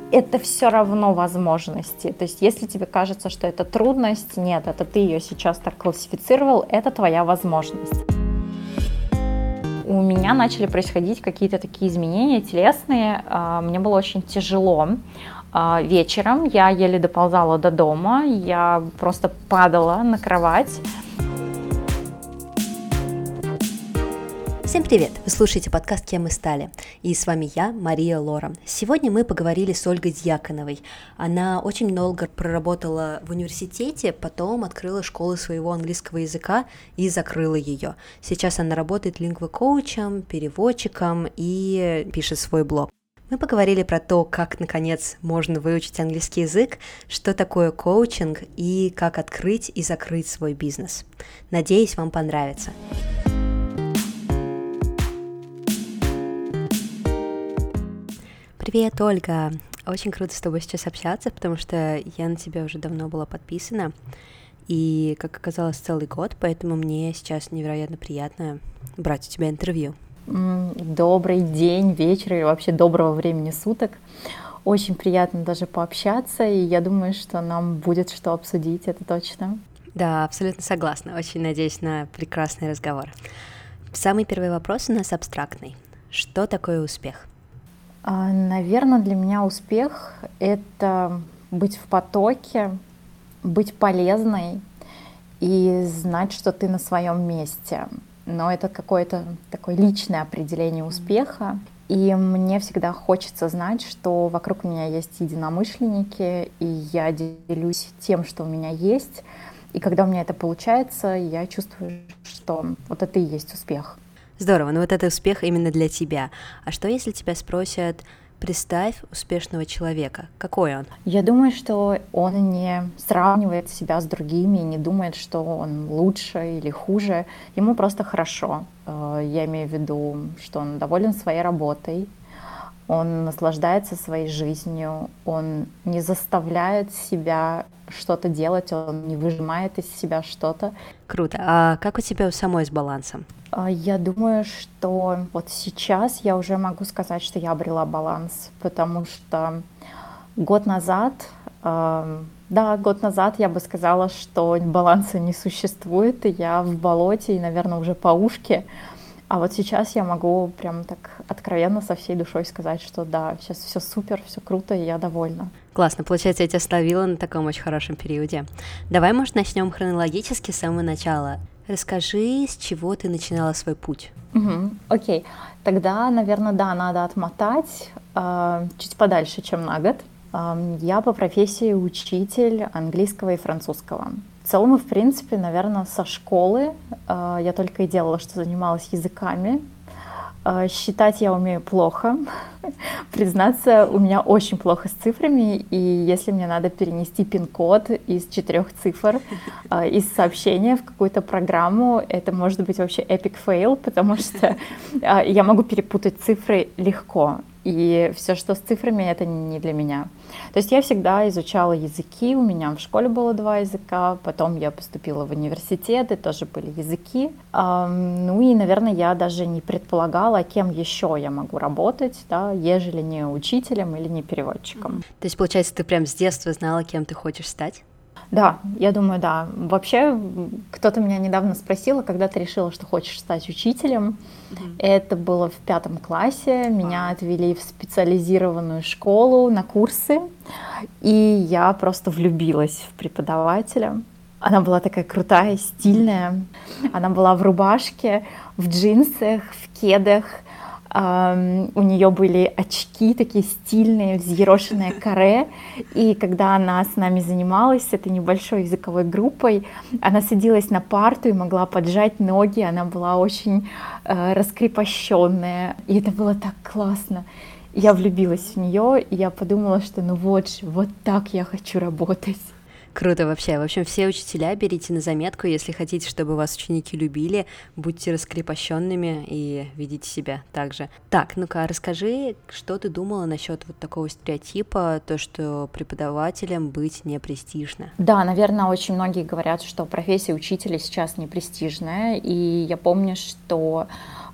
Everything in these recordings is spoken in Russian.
это все равно возможности. То есть если тебе кажется, что это трудность, нет, это ты ее сейчас так классифицировал, это твоя возможность. У меня начали происходить какие-то такие изменения телесные, мне было очень тяжело. Вечером я еле доползала до дома, я просто падала на кровать. Всем привет! Вы слушаете подкаст «Кем мы стали?» И с вами я, Мария Лора. Сегодня мы поговорили с Ольгой Дьяконовой. Она очень много проработала в университете, потом открыла школу своего английского языка и закрыла ее. Сейчас она работает лингвокоучем, переводчиком и пишет свой блог. Мы поговорили про то, как, наконец, можно выучить английский язык, что такое коучинг и как открыть и закрыть свой бизнес. Надеюсь, вам понравится. Привет, Ольга! Очень круто с тобой сейчас общаться, потому что я на тебя уже давно была подписана, и, как оказалось, целый год, поэтому мне сейчас невероятно приятно брать у тебя интервью. Добрый день, вечер или вообще доброго времени суток. Очень приятно даже пообщаться, и я думаю, что нам будет что обсудить, это точно. Да, абсолютно согласна. Очень надеюсь на прекрасный разговор. Самый первый вопрос у нас абстрактный. Что такое успех? Наверное, для меня успех — это быть в потоке, быть полезной и знать, что ты на своем месте. Но это какое-то такое личное определение успеха. И мне всегда хочется знать, что вокруг меня есть единомышленники, и я делюсь тем, что у меня есть. И когда у меня это получается, я чувствую, что вот это и есть успех. Здорово, но вот это успех именно для тебя. А что, если тебя спросят, представь успешного человека, какой он? Я думаю, что он не сравнивает себя с другими, не думает, что он лучше или хуже. Ему просто хорошо. Я имею в виду, что он доволен своей работой, он наслаждается своей жизнью, он не заставляет себя что-то делать, он не выжимает из себя что-то. Круто. А как у тебя самой с балансом? Я думаю, что вот сейчас я уже могу сказать, что я обрела баланс, потому что год назад я бы сказала, что баланса не существует, и я в болоте, и, наверное, уже по ушке. А вот сейчас я могу прям так откровенно со всей душой сказать, что да, сейчас все супер, все круто, и я довольна. Классно, получается, я тебя словила на таком очень хорошем периоде. Давай, может, начнем хронологически с самого начала. Расскажи, с чего ты начинала свой путь. Окей, тогда, наверное, да, надо отмотать чуть подальше, чем на год. Я по профессии учитель английского и французского. В целом и в принципе, наверное, со школы я только и делала, что занималась языками. Считать я умею плохо. Признаться, у меня очень плохо с цифрами, и если мне надо перенести пин-код из 4 цифр из сообщения в какую-то программу, это может быть вообще epic fail, потому что я могу перепутать цифры легко. И все, что с цифрами, это не для меня. То есть я всегда изучала языки, у меня в школе было 2 языка, потом я поступила в университет, и тоже были языки. Ну и, наверное, я даже не предполагала, кем еще я могу работать, да, ежели не учителем или не переводчиком. То есть, получается, ты прям с детства знала, кем ты хочешь стать? Да, я думаю, да. Вообще, кто-то меня недавно спросил, когда ты решила, что хочешь стать учителем. Это было в 5 классе. Меня отвели в специализированную школу на курсы, и я просто влюбилась в преподавателя. Она была такая крутая, стильная. Она была в рубашке, в джинсах, в кедах. У нее были очки такие стильные, взъерошенное каре, и когда она с нами занималась, с этой небольшой языковой группой, она садилась на парту и могла поджать ноги, она была очень раскрепощенная, и это было так классно. Я влюбилась в нее, и я подумала, что ну вот же, вот так я хочу работать. Круто вообще. В общем, все учителя берите на заметку, если хотите, чтобы вас ученики любили, будьте раскрепощенными и ведите себя так же. Так, ну-ка, расскажи, что ты думала насчет вот такого стереотипа, то, что преподавателем быть не престижно? Да, наверное, очень многие говорят, что профессия учителя сейчас не престижная, и я помню, что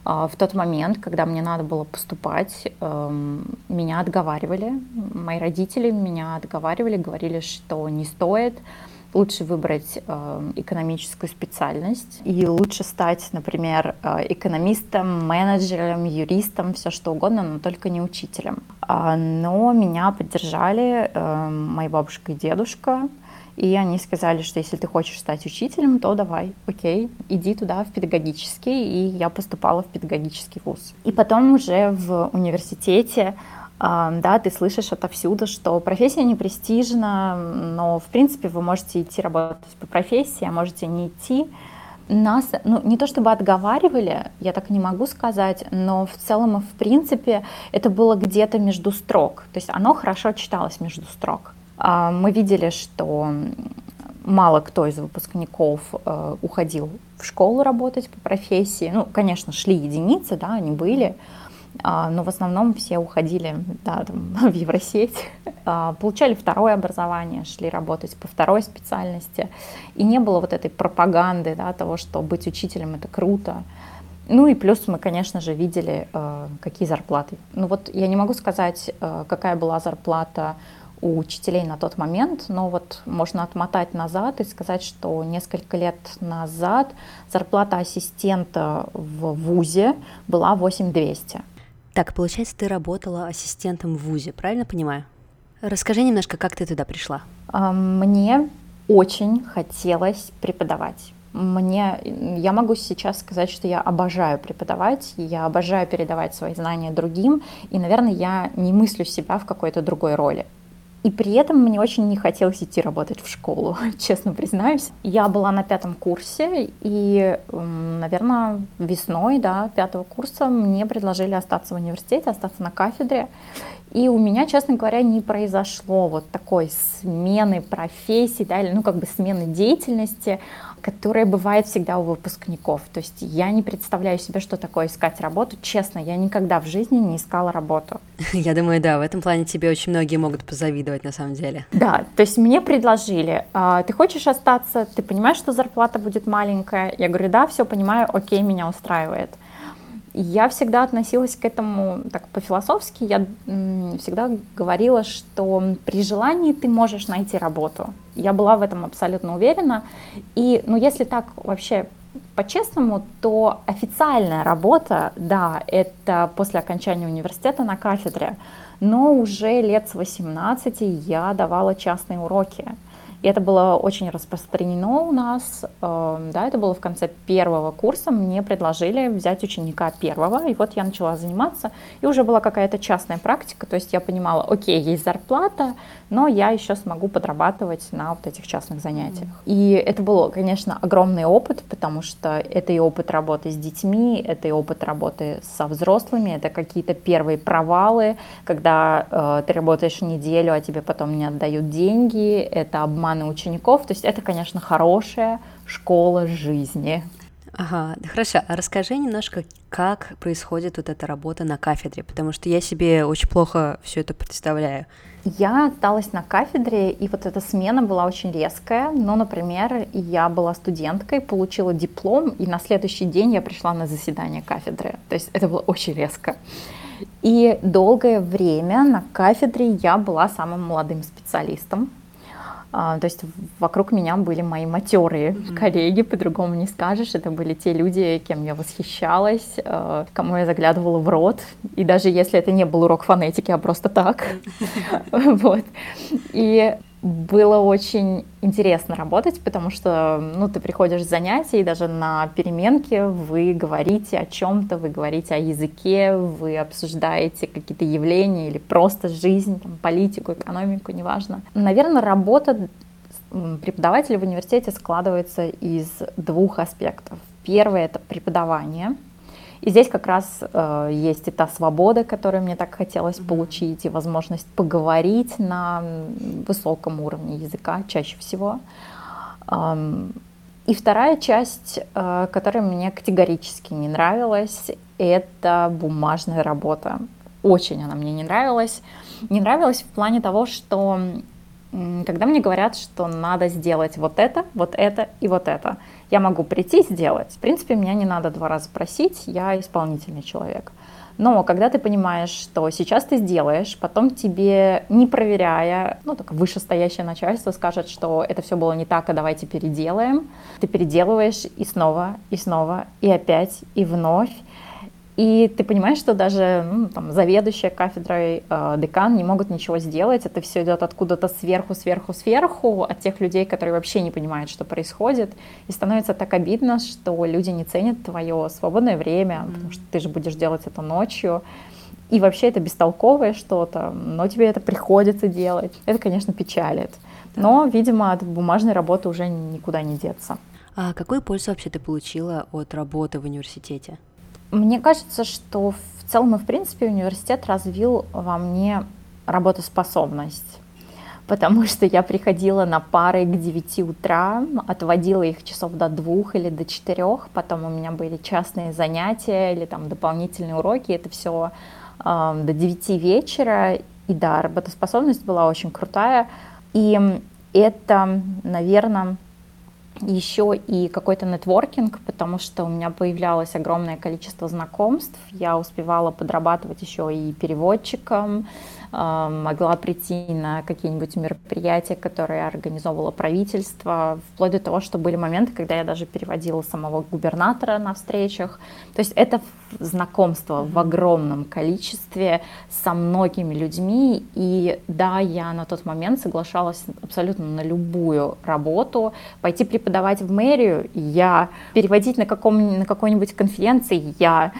В тот момент, когда мне надо было поступать, меня отговаривали, мои родители меня отговаривали, говорили, что не стоит, лучше выбрать экономическую специальность и лучше стать, например, экономистом, менеджером, юристом, все что угодно, но только не учителем. Но меня поддержали моя бабушка и дедушка, и они сказали, что если ты хочешь стать учителем, то давай, окей, иди туда, в педагогический, и я поступала в педагогический вуз. И потом уже в университете, да, ты слышишь отовсюду, что профессия не престижна, но, в принципе, вы можете идти работать по профессии, а можете не идти. Нас, не то чтобы отговаривали, я так не могу сказать, но в целом и в принципе это было где-то между строк, то есть оно хорошо читалось между строк. Мы видели, что мало кто из выпускников уходил в школу работать по профессии. Ну, конечно, шли единицы, да, они были, но в основном все уходили, да, там, в Евросеть, получали второе образование, шли работать по второй специальности. И не было вот этой пропаганды, да, того, что быть учителем — это круто. Ну и плюс мы, конечно же, видели, какие зарплаты. Ну вот я не могу сказать, какая была зарплата у учителей на тот момент, но вот можно отмотать назад и сказать, что несколько лет назад зарплата ассистента в ВУЗе была 8200. Так, получается, ты работала ассистентом в ВУЗе, правильно понимаю? Расскажи немножко, как ты туда пришла. Мне очень хотелось преподавать. Я могу сейчас сказать, что я обожаю преподавать, я обожаю передавать свои знания другим, и, наверное, я не мыслю себя в какой-то другой роли. И при этом мне очень не хотелось идти работать в школу, честно признаюсь. Я была на 5 курсе, и, наверное, весной, да, 5 курса мне предложили остаться в университете, остаться на кафедре. И у меня, честно говоря, не произошло вот такой смены профессий, да, или, смены деятельности, которая бывает всегда у выпускников. То есть я не представляю себе, что такое искать работу. Честно, я никогда в жизни не искала работу. Я думаю, да, в этом плане тебе очень многие могут позавидовать на самом деле. Да, то есть мне предложили: ты хочешь остаться, ты понимаешь, что зарплата будет маленькая? Я говорю: да, все понимаю, окей, меня устраивает. Я всегда относилась к этому так по-философски. Я всегда говорила, что при желании ты можешь найти работу. Я была в этом абсолютно уверена. И, если так вообще по-честному, то официальная работа, да, это после окончания университета на кафедре, но уже лет с 18 я давала частные уроки. И это было очень распространено у нас, да, это было в конце 1 курса, мне предложили взять ученика 1, и вот я начала заниматься, и уже была какая-то частная практика, то есть я понимала, окей, есть зарплата, но я еще смогу подрабатывать на вот этих частных занятиях. И это был, конечно, огромный опыт, потому что это и опыт работы с детьми, это и опыт работы со взрослыми, это какие-то первые провалы, когда ты работаешь неделю, а тебе потом не отдают деньги, это обман учеников, то есть это, конечно, хорошая школа жизни. Ага, хорошо. А расскажи немножко, как происходит вот эта работа на кафедре, потому что я себе очень плохо все это представляю. Я осталась на кафедре, и вот эта смена была очень резкая. Но, например, я была студенткой, получила диплом, и на следующий день я пришла на заседание кафедры. То есть это было очень резко. И долгое время на кафедре я была самым молодым специалистом. То есть вокруг меня были мои матерые коллеги, по-другому не скажешь. Это были те люди, кем я восхищалась, кому я заглядывала в рот. И даже если это не был урок фонетики, а просто так. Вот. И было очень интересно работать, потому что ты приходишь с занятий, и даже на переменке вы говорите о чем-то, вы говорите о языке, вы обсуждаете какие-то явления или просто жизнь, политику, экономику, неважно. Наверное, работа преподавателя в университете складывается из 2 аспектов. Первый — это преподавание. И здесь как раз есть и та свобода, которую мне так хотелось получить, и возможность поговорить на высоком уровне языка чаще всего. И вторая часть, которая мне категорически не нравилась, это бумажная работа. Очень она мне не нравилась. Не нравилась в плане того, что Когда мне говорят, что надо сделать вот это и вот это, я могу прийти и сделать. В принципе, меня не надо 2 раза просить, я исполнительный человек. Но когда ты понимаешь, что сейчас ты сделаешь, потом тебе, не проверяя, так вышестоящее начальство скажет, что это все было не так, а давайте переделаем. Ты переделываешь и снова, и опять, и вновь. И ты понимаешь, что даже заведующая кафедрой, декан не могут ничего сделать. Это все идет откуда-то сверху, от тех людей, которые вообще не понимают, что происходит. И становится так обидно, что люди не ценят твое свободное время, потому что ты же будешь делать это ночью. И вообще это бестолковое что-то, но тебе это приходится делать. Это, конечно, печалит. Но, видимо, от бумажной работы уже никуда не деться. А какую пользу вообще ты получила от работы в университете? Мне кажется, что в целом и в принципе университет развил во мне работоспособность, потому что я приходила на пары к 9 утра, отводила их часов до 2 или до 4, потом у меня были частные занятия или дополнительные уроки, это все до 9 вечера, и да, работоспособность была очень крутая, и это, наверное, еще и какой-то нетворкинг, потому что у меня появлялось огромное количество знакомств, я успевала подрабатывать еще и переводчиком, могла прийти на какие-нибудь мероприятия, которые организовывало правительство, вплоть до того, что были моменты, когда я даже переводила самого губернатора на встречах. То есть это знакомство в огромном количестве со многими людьми, и да, я на тот момент соглашалась абсолютно на любую работу, пойти преподавать в мэрию, переводить на какой-нибудь конференции, я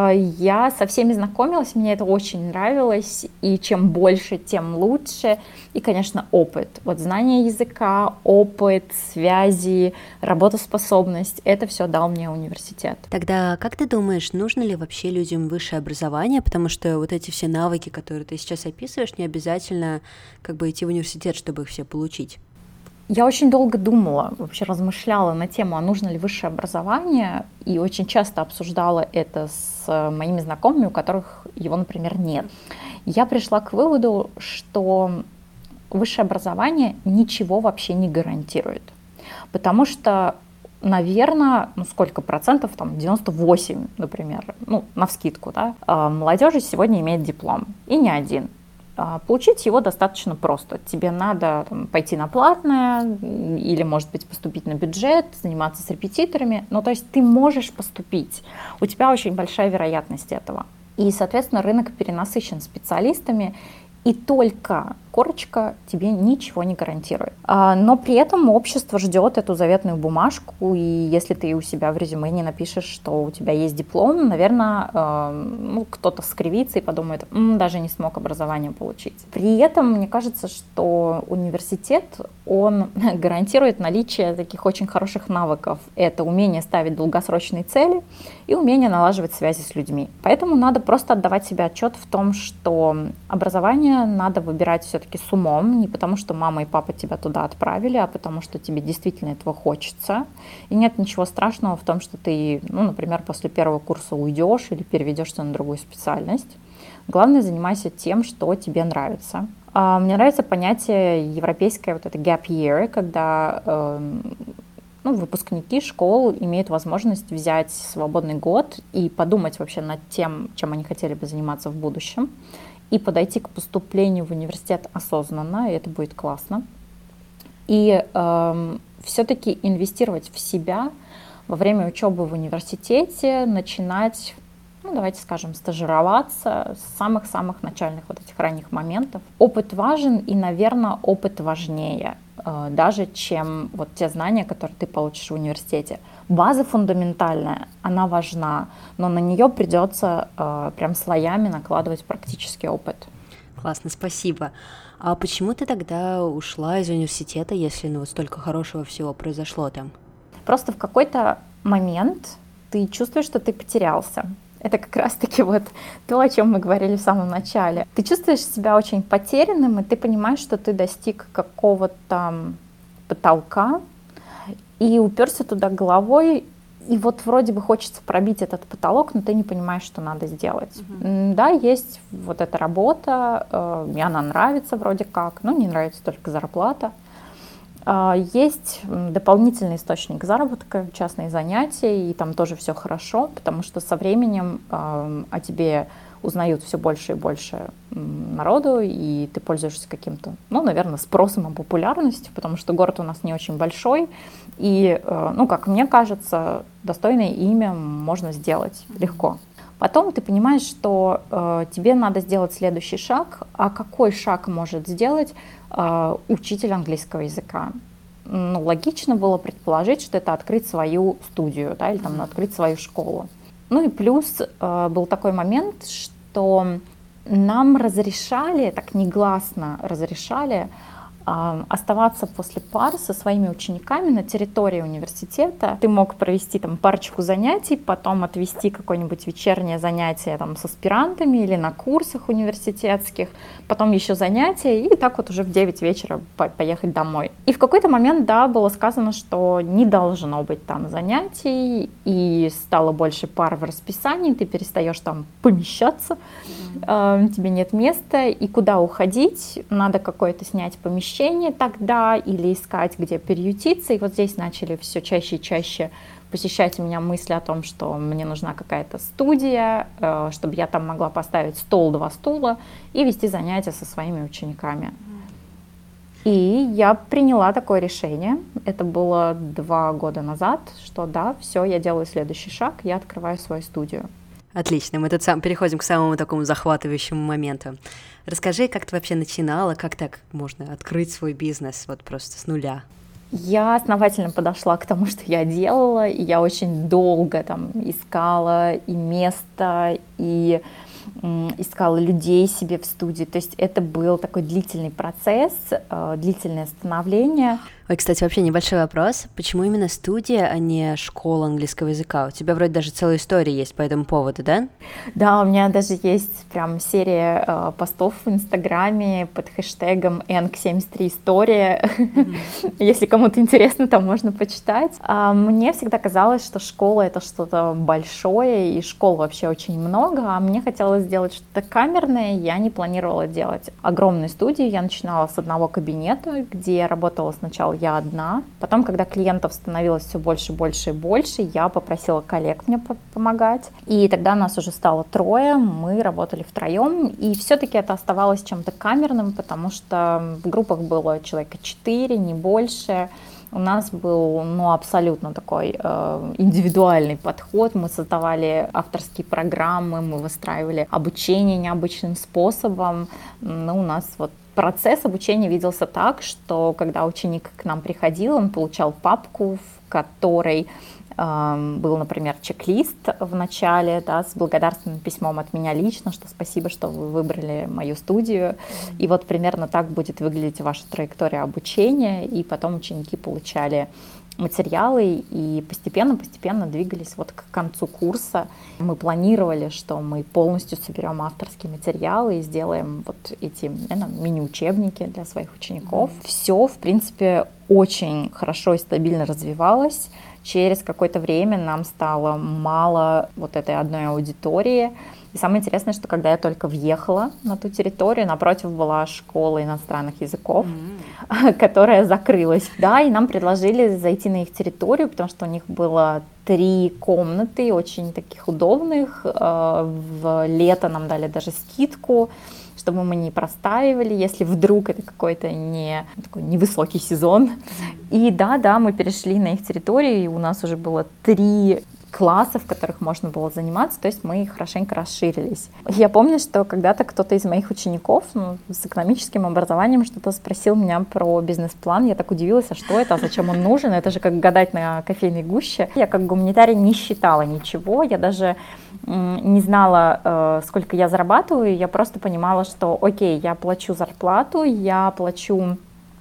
со всеми знакомилась, мне это очень нравилось, и чем больше, тем лучше. И, конечно, опыт. Знание языка, опыт, связи, работоспособность — это все дал мне университет. Тогда как ты думаешь, нужно ли вообще людям высшее образование? Потому что вот эти все навыки, которые ты сейчас описываешь, не обязательно идти в университет, чтобы их все получить. Я очень долго думала, вообще размышляла на тему, а нужно ли высшее образование, и очень часто обсуждала это с моими знакомыми, у которых его, например, нет. Я пришла к выводу, что высшее образование ничего вообще не гарантирует, потому что, наверное, сколько процентов, 98, например, навскидку, да, молодежи сегодня имеет диплом, и не один. Получить его достаточно просто. Тебе надо пойти на платное или, может быть, поступить на бюджет, заниматься с репетиторами. То есть ты можешь поступить. У тебя очень большая вероятность этого. И, соответственно, рынок перенасыщен специалистами, и только корочка тебе ничего не гарантирует. Но при этом общество ждет эту заветную бумажку, и если ты у себя в резюме не напишешь, что у тебя есть диплом, наверное, кто-то скривится и подумает, даже не смог образование получить. При этом мне кажется, что университет, он гарантирует наличие таких очень хороших навыков. Это умение ставить долгосрочные цели и умение налаживать связи с людьми. Поэтому надо просто отдавать себе отчет в том, что образование надо выбирать все-таки с умом, не потому что мама и папа тебя туда отправили, а потому что тебе действительно этого хочется. И нет ничего страшного в том, что ты, например, после первого курса уйдешь или переведешься на другую специальность. Главное, занимайся тем, что тебе нравится. Мне нравится понятие европейское, это gap year, когда выпускники школ имеют возможность взять свободный год и подумать вообще над тем, чем они хотели бы заниматься в будущем, и подойти к поступлению в университет осознанно, и это будет классно. И все-таки инвестировать в себя во время учебы в университете, начинать, давайте скажем, стажироваться с самых-самых начальных этих ранних моментов. Опыт важен, и, наверное, опыт важнее даже, чем те знания, которые ты получишь в университете. База фундаментальная, она важна, но на нее придется прям слоями накладывать практический опыт. Классно, спасибо. А почему ты тогда ушла из университета, если столько хорошего всего произошло там? Просто в какой-то момент ты чувствуешь, что ты потерялся. Это как раз-таки то, о чем мы говорили в самом начале. Ты чувствуешь себя очень потерянным, и ты понимаешь, что ты достиг какого-то потолка и уперся туда головой, И вот вроде бы хочется пробить этот потолок, но ты не понимаешь, что надо сделать. Да, есть вот эта работа, и она нравится вроде как, но не нравится только зарплата. Есть дополнительный источник заработка, частные занятия, и там тоже все хорошо, потому что со временем о тебе узнают все больше и больше народу, и ты пользуешься каким-то, ну, наверное, спросом и популярностью, потому что город у нас не очень большой, и, ну, как мне кажется, достойное имя можно сделать легко. Потом ты понимаешь, что тебе надо сделать следующий шаг, а какой шаг может сделать учитель английского языка? Ну, логично было предположить, что это открыть свою студию, да, или там открыть свою школу. Ну и плюс был такой момент, что нам разрешали, так негласно разрешали, оставаться после пар со своими учениками на территории университета. Ты мог провести там парочку занятий, потом отвести какое-нибудь вечернее занятие там с аспирантами или на курсах университетских, потом еще занятия, и так вот уже в 9 вечера поехать домой. И в какой-то момент, да, было сказано, что не должно быть там занятий, и стало больше пар в расписании, ты перестаешь там помещаться, тебе нет места, и куда уходить, надо какое-то снять помещение тогда или искать, где переютиться. И вот здесь начали все чаще и чаще посещать у меня мысли о том, что мне нужна какая-то студия, чтобы я там могла поставить стол, 2 стула и вести занятия со своими учениками. И я приняла такое решение. Это было 2 года назад, что да, все, я делаю следующий шаг, я открываю свою студию. Отлично, мы тут переходим к самому такому захватывающему моменту. Расскажи, как ты вообще начинала, как так можно открыть свой бизнес вот просто с нуля? Я основательно подошла к тому, что я делала, и я очень долго там искала и место, и искала людей себе в студии. То есть это был такой длительный процесс, длительное становление. Ой, кстати, вообще небольшой вопрос. Почему именно студия, а не школа английского языка? У тебя вроде даже целая история есть по этому поводу, да? Да, у меня даже есть прям серия постов в Инстаграме под хэштегом eng73история. Если кому-то интересно, там можно почитать. Мне всегда казалось, что школа — это что-то большое, и школ вообще очень много, а мне хотелось сделать что-то камерное. Я не планировала делать огромную студию. Я начинала с одного кабинета, где я работала сначала я одна. Потом, когда клиентов становилось все больше, больше и больше, я попросила коллег мне помогать. И тогда нас уже стало 3, мы работали втроем. И все-таки это оставалось чем-то камерным, потому что в группах было человека 4, не больше. У нас был абсолютно такой индивидуальный подход. Мы создавали авторские программы, мы выстраивали обучение необычным способом. У нас вот процесс обучения виделся так, что когда ученик к нам приходил, он получал папку, в которой был, например, чек-лист в начале, да, с благодарственным письмом от меня лично, что спасибо, что вы выбрали мою студию. И вот примерно так будет выглядеть ваша траектория обучения. И потом ученики получали материалы и постепенно двигались вот к концу курса. Мы планировали, что мы полностью соберем авторские материалы и сделаем вот эти мини-учебники для своих учеников. Все, в принципе, очень хорошо и стабильно развивалось. Через какое-то время нам стало мало вот этой одной аудитории. И самое интересное, что когда я только въехала на ту территорию, напротив была школа иностранных языков, которая закрылась. Да, и нам предложили зайти на их территорию, потому что у них было 3 комнаты, очень таких удобных. В лето нам дали даже скидку, чтобы мы не простаивали, если вдруг это какой-то такой невысокий сезон. И да, мы перешли на их территорию, и у нас уже было 3 класса, в которых можно было заниматься, то есть мы хорошенько расширились. Я помню, что когда-то кто-то из моих учеников с экономическим образованием что-то спросил меня про бизнес-план. Я так удивилась, а что это, а зачем он нужен? Это же как гадать на кофейной гуще. Я как гуманитарий не считала ничего, я даже не знала, сколько я зарабатываю, я просто понимала, что окей, я плачу зарплату, я плачу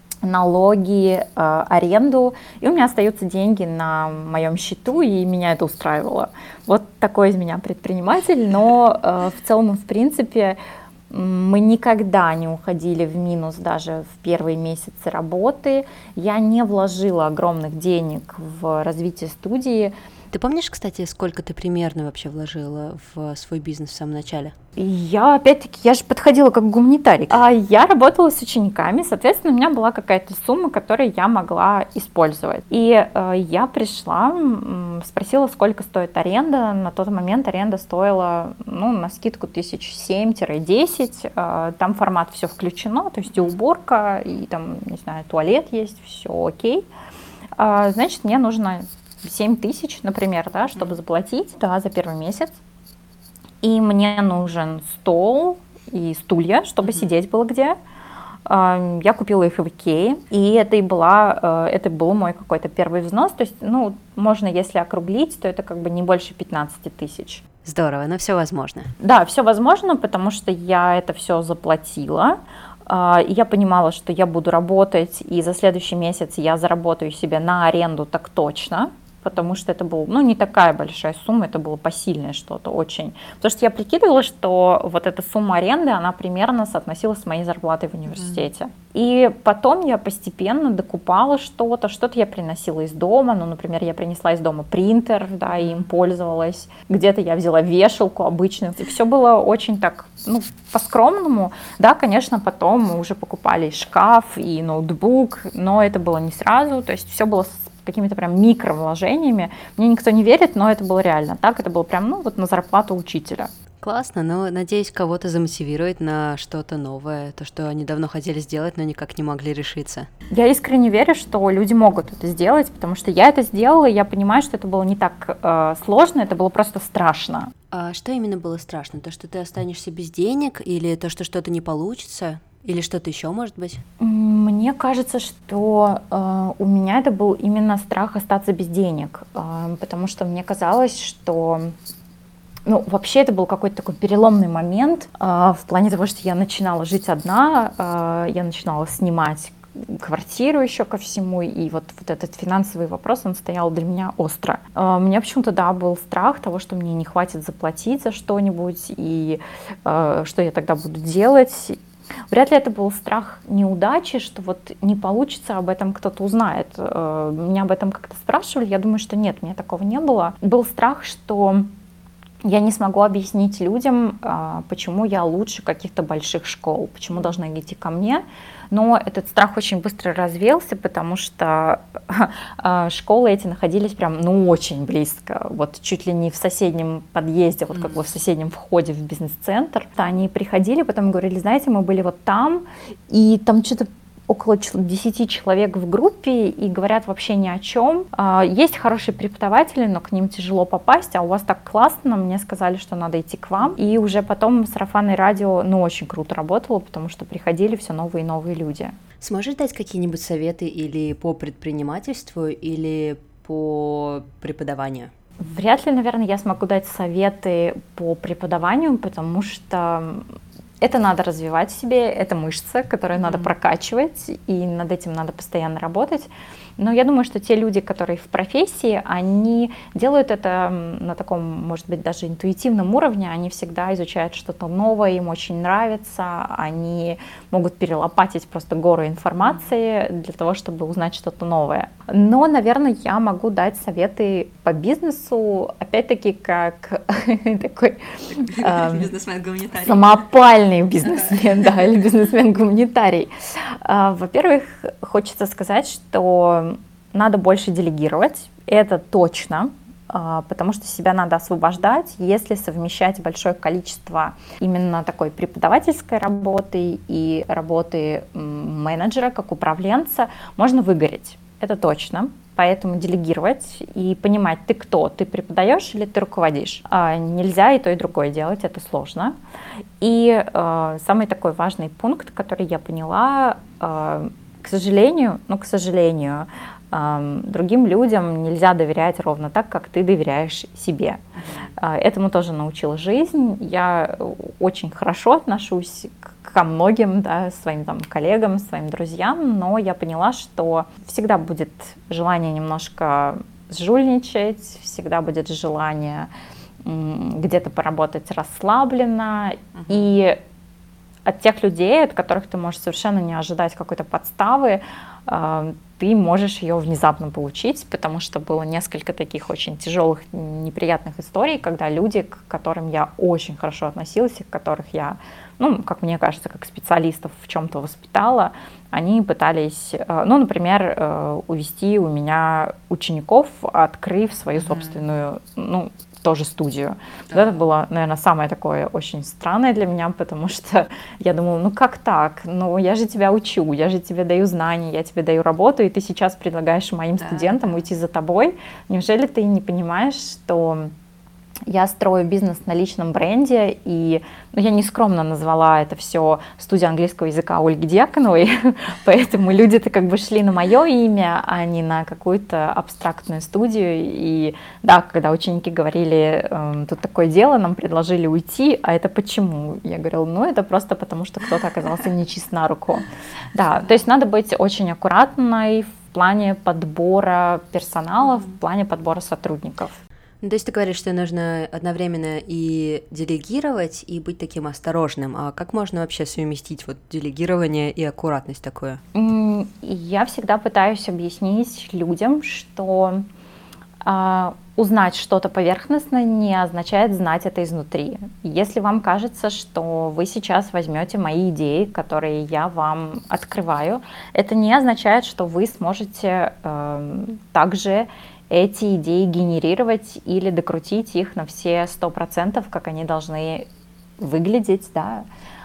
налоги, аренду, и у меня остаются деньги на моем счету, и меня это устраивало. Вот такой из меня предприниматель, но в целом, в принципе, мы никогда не уходили в минус даже в первые месяцы работы. Я не вложила огромных денег в развитие студии. Ты помнишь, кстати, сколько ты примерно вообще вложила в свой бизнес в самом начале? Я же подходила как гуманитарий. Я работала с учениками, соответственно, у меня была какая-то сумма, которую я могла использовать. И я пришла, спросила, сколько стоит аренда. На тот момент аренда стоила, на скидку 1007-10. Там формат все включено, то есть и уборка, и там, не знаю, туалет есть, все окей. Значит, мне нужно 7000, например, да, чтобы заплатить, за первый месяц. И мне нужен стол и стулья, чтобы сидеть было где. Я купила их в Икее, и это был мой какой-то первый взнос. То есть, можно, если округлить, то это как бы не больше 15 тысяч. Здорово, но все возможно. Да, все возможно, потому что я это все заплатила. И я понимала, что я буду работать, и за следующий месяц я заработаю себе на аренду так точно. Потому что это была, не такая большая сумма, это было посильное что-то очень. Потому что я прикидывала, что вот эта сумма аренды, она примерно соотносилась с моей зарплатой в университете. И потом я постепенно докупала что-то я приносила из дома. Например, я принесла из дома принтер, да, и им пользовалась. Где-то я взяла вешалку обычную. И все было очень так, по-скромному. Да, конечно, потом мы уже покупали и шкаф, и ноутбук, но это было не сразу. То есть все было какими-то прям микровложениями. Мне никто не верит, но это было реально так. Это было прям, на зарплату учителя. Классно, но, надеюсь, кого-то замотивирует на что-то новое, то, что они давно хотели сделать, но никак не могли решиться. Я искренне верю, что люди могут это сделать, потому что я это сделала, и я понимаю, что это было не так сложно, это было просто страшно. А что именно было страшно? То, что ты останешься без денег, или то, что что-то не получится? Или что-то еще, может быть? Мне кажется, что у меня это был именно страх остаться без денег, потому что мне казалось, что вообще это был какой-то такой переломный момент в плане того, что я начинала жить одна, я начинала снимать квартиру еще ко всему, и вот этот финансовый вопрос, он стоял для меня остро. У меня почему-то, был страх того, что мне не хватит заплатить за что-нибудь, и что я тогда буду делать. Вряд ли это был страх неудачи, что не получится, об этом кто-то узнает. Меня об этом как-то спрашивали, я думаю, что нет, у меня такого не было. Был страх, что я не смогу объяснить людям, почему я лучше каких-то больших школ, почему должны идти ко мне. Но этот страх очень быстро развеялся, потому что школы эти находились прям, очень близко, чуть ли не в соседнем подъезде, как бы в соседнем входе в бизнес-центр. Они приходили, потом говорили, знаете, мы были там, и там что-то около 10 человек в группе и говорят вообще ни о чем. Есть хорошие преподаватели, но к ним тяжело попасть, а у вас так классно, мне сказали, что надо идти к вам. И уже потом сарафанное радио, очень круто работало, потому что приходили все новые и новые люди. Сможешь дать какие-нибудь советы или по предпринимательству, или по преподаванию? Вряд ли, наверное, я смогу дать советы по преподаванию, потому что это надо развивать в себе, это мышцы, которые надо прокачивать, и над этим надо постоянно работать. Но я думаю, что те люди, которые в профессии, они делают это на таком, может быть, даже интуитивном уровне, они всегда изучают что-то новое, им очень нравится, они могут перелопатить просто гору информации для того, чтобы узнать что-то новое. Но, наверное, я могу дать советы по бизнесу, опять-таки, как такой бизнесмен-гуманитарий. Самопальный бизнесмен, да, или бизнесмен-гуманитарий. Во-первых, хочется сказать, что надо больше делегировать, это точно, потому что себя надо освобождать. Если совмещать большое количество именно такой преподавательской работы и работы менеджера, как управленца, можно выгореть, это точно. Поэтому делегировать и понимать, ты кто, ты преподаешь или ты руководишь. Нельзя и то, и другое делать, это сложно. И самый такой важный пункт, который я поняла, к сожалению, другим людям нельзя доверять ровно так, как ты доверяешь себе. Этому тоже научила жизнь. Я очень хорошо отношусь ко многим, да, своим коллегам, своим друзьям, но я поняла, что всегда будет желание немножко сжульничать, всегда будет желание где-то поработать расслабленно, и от тех людей, от которых ты можешь совершенно не ожидать какой-то подставы, ты можешь ее внезапно получить, потому что было несколько таких очень тяжелых, неприятных историй, когда люди, к которым я очень хорошо относилась, и которых я, ну, как мне кажется, как специалистов в чем-то воспитала, они пытались, ну, например, увести у меня учеников, открыв свою собственную, ну, тоже студию. Вот это было, наверное, самое такое очень странное для меня, потому что я думала, ну как так? Ну я же тебя учу, я же тебе даю знания, я тебе даю работу, и ты сейчас предлагаешь моим студентам уйти за тобой. Неужели ты не понимаешь, что я строю бизнес на личном бренде, и я не скромно назвала это все студия английского языка Ольги Дьяконовой, поэтому люди-то как бы шли на мое имя, а не на какую-то абстрактную студию. И да, когда ученики говорили, тут такое дело, нам предложили уйти, а это почему? Я говорила, ну это просто потому, что кто-то оказался нечист на руку. Да, то есть надо быть очень аккуратной в плане подбора персонала, в плане подбора сотрудников. Ну, то есть ты говоришь, что нужно одновременно и делегировать, и быть таким осторожным. А как можно вообще совместить вот делегирование и аккуратность такое? Я всегда пытаюсь объяснить людям, что узнать что-то поверхностно не означает знать это изнутри. Если вам кажется, что вы сейчас возьмете мои идеи, которые я вам открываю, это не означает, что вы сможете также эти идеи генерировать или докрутить их на все 100%, как они должны выглядеть, да.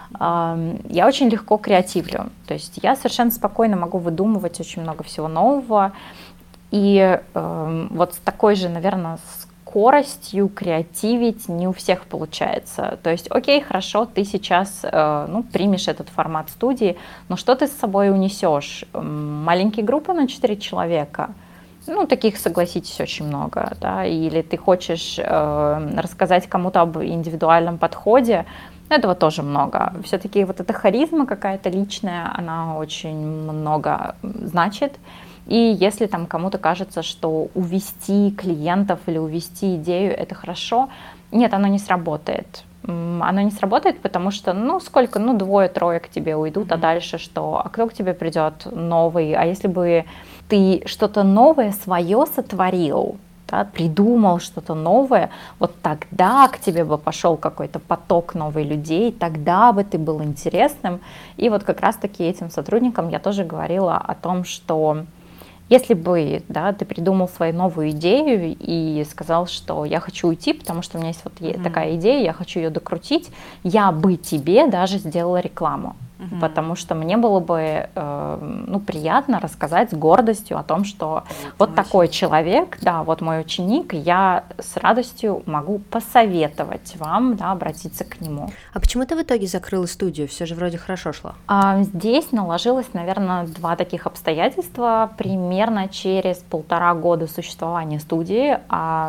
Я очень легко креативлю, то есть я совершенно спокойно могу выдумывать очень много всего нового, и вот с такой же, наверное, скоростью креативить не у всех получается. То есть, окей, хорошо, ты сейчас примешь этот формат студии, но что ты с собой унесешь? Маленькие группы на 4 человека? Ну, таких, согласитесь, очень много, да, или ты хочешь рассказать кому-то об индивидуальном подходе, этого тоже много. Все-таки вот эта харизма какая-то личная, она очень много значит. И если там кому-то кажется, что увести клиентов или увести идею – это хорошо, нет, оно не сработает. Оно не сработает, потому что, сколько, 2-3 к тебе уйдут, а дальше что? А кто к тебе придет новый? А если бы ты что-то новое свое сотворил, да, придумал что-то новое, вот тогда к тебе бы пошел какой-то поток новых людей, тогда бы ты был интересным. И вот как раз-таки этим сотрудникам я тоже говорила о том, что если бы, да, ты придумал свою новую идею и сказал, что я хочу уйти, потому что у меня есть вот такая идея, я хочу ее докрутить, я бы тебе даже сделала рекламу. Потому что мне было бы приятно рассказать с гордостью о том, что вот такой человек, да, вот мой ученик, я с радостью могу посоветовать вам, да, обратиться к нему. А почему ты в итоге закрыла студию? Все же вроде хорошо шло. Здесь наложилось, наверное, 2 таких обстоятельства. Примерно через 1,5 года существования студии,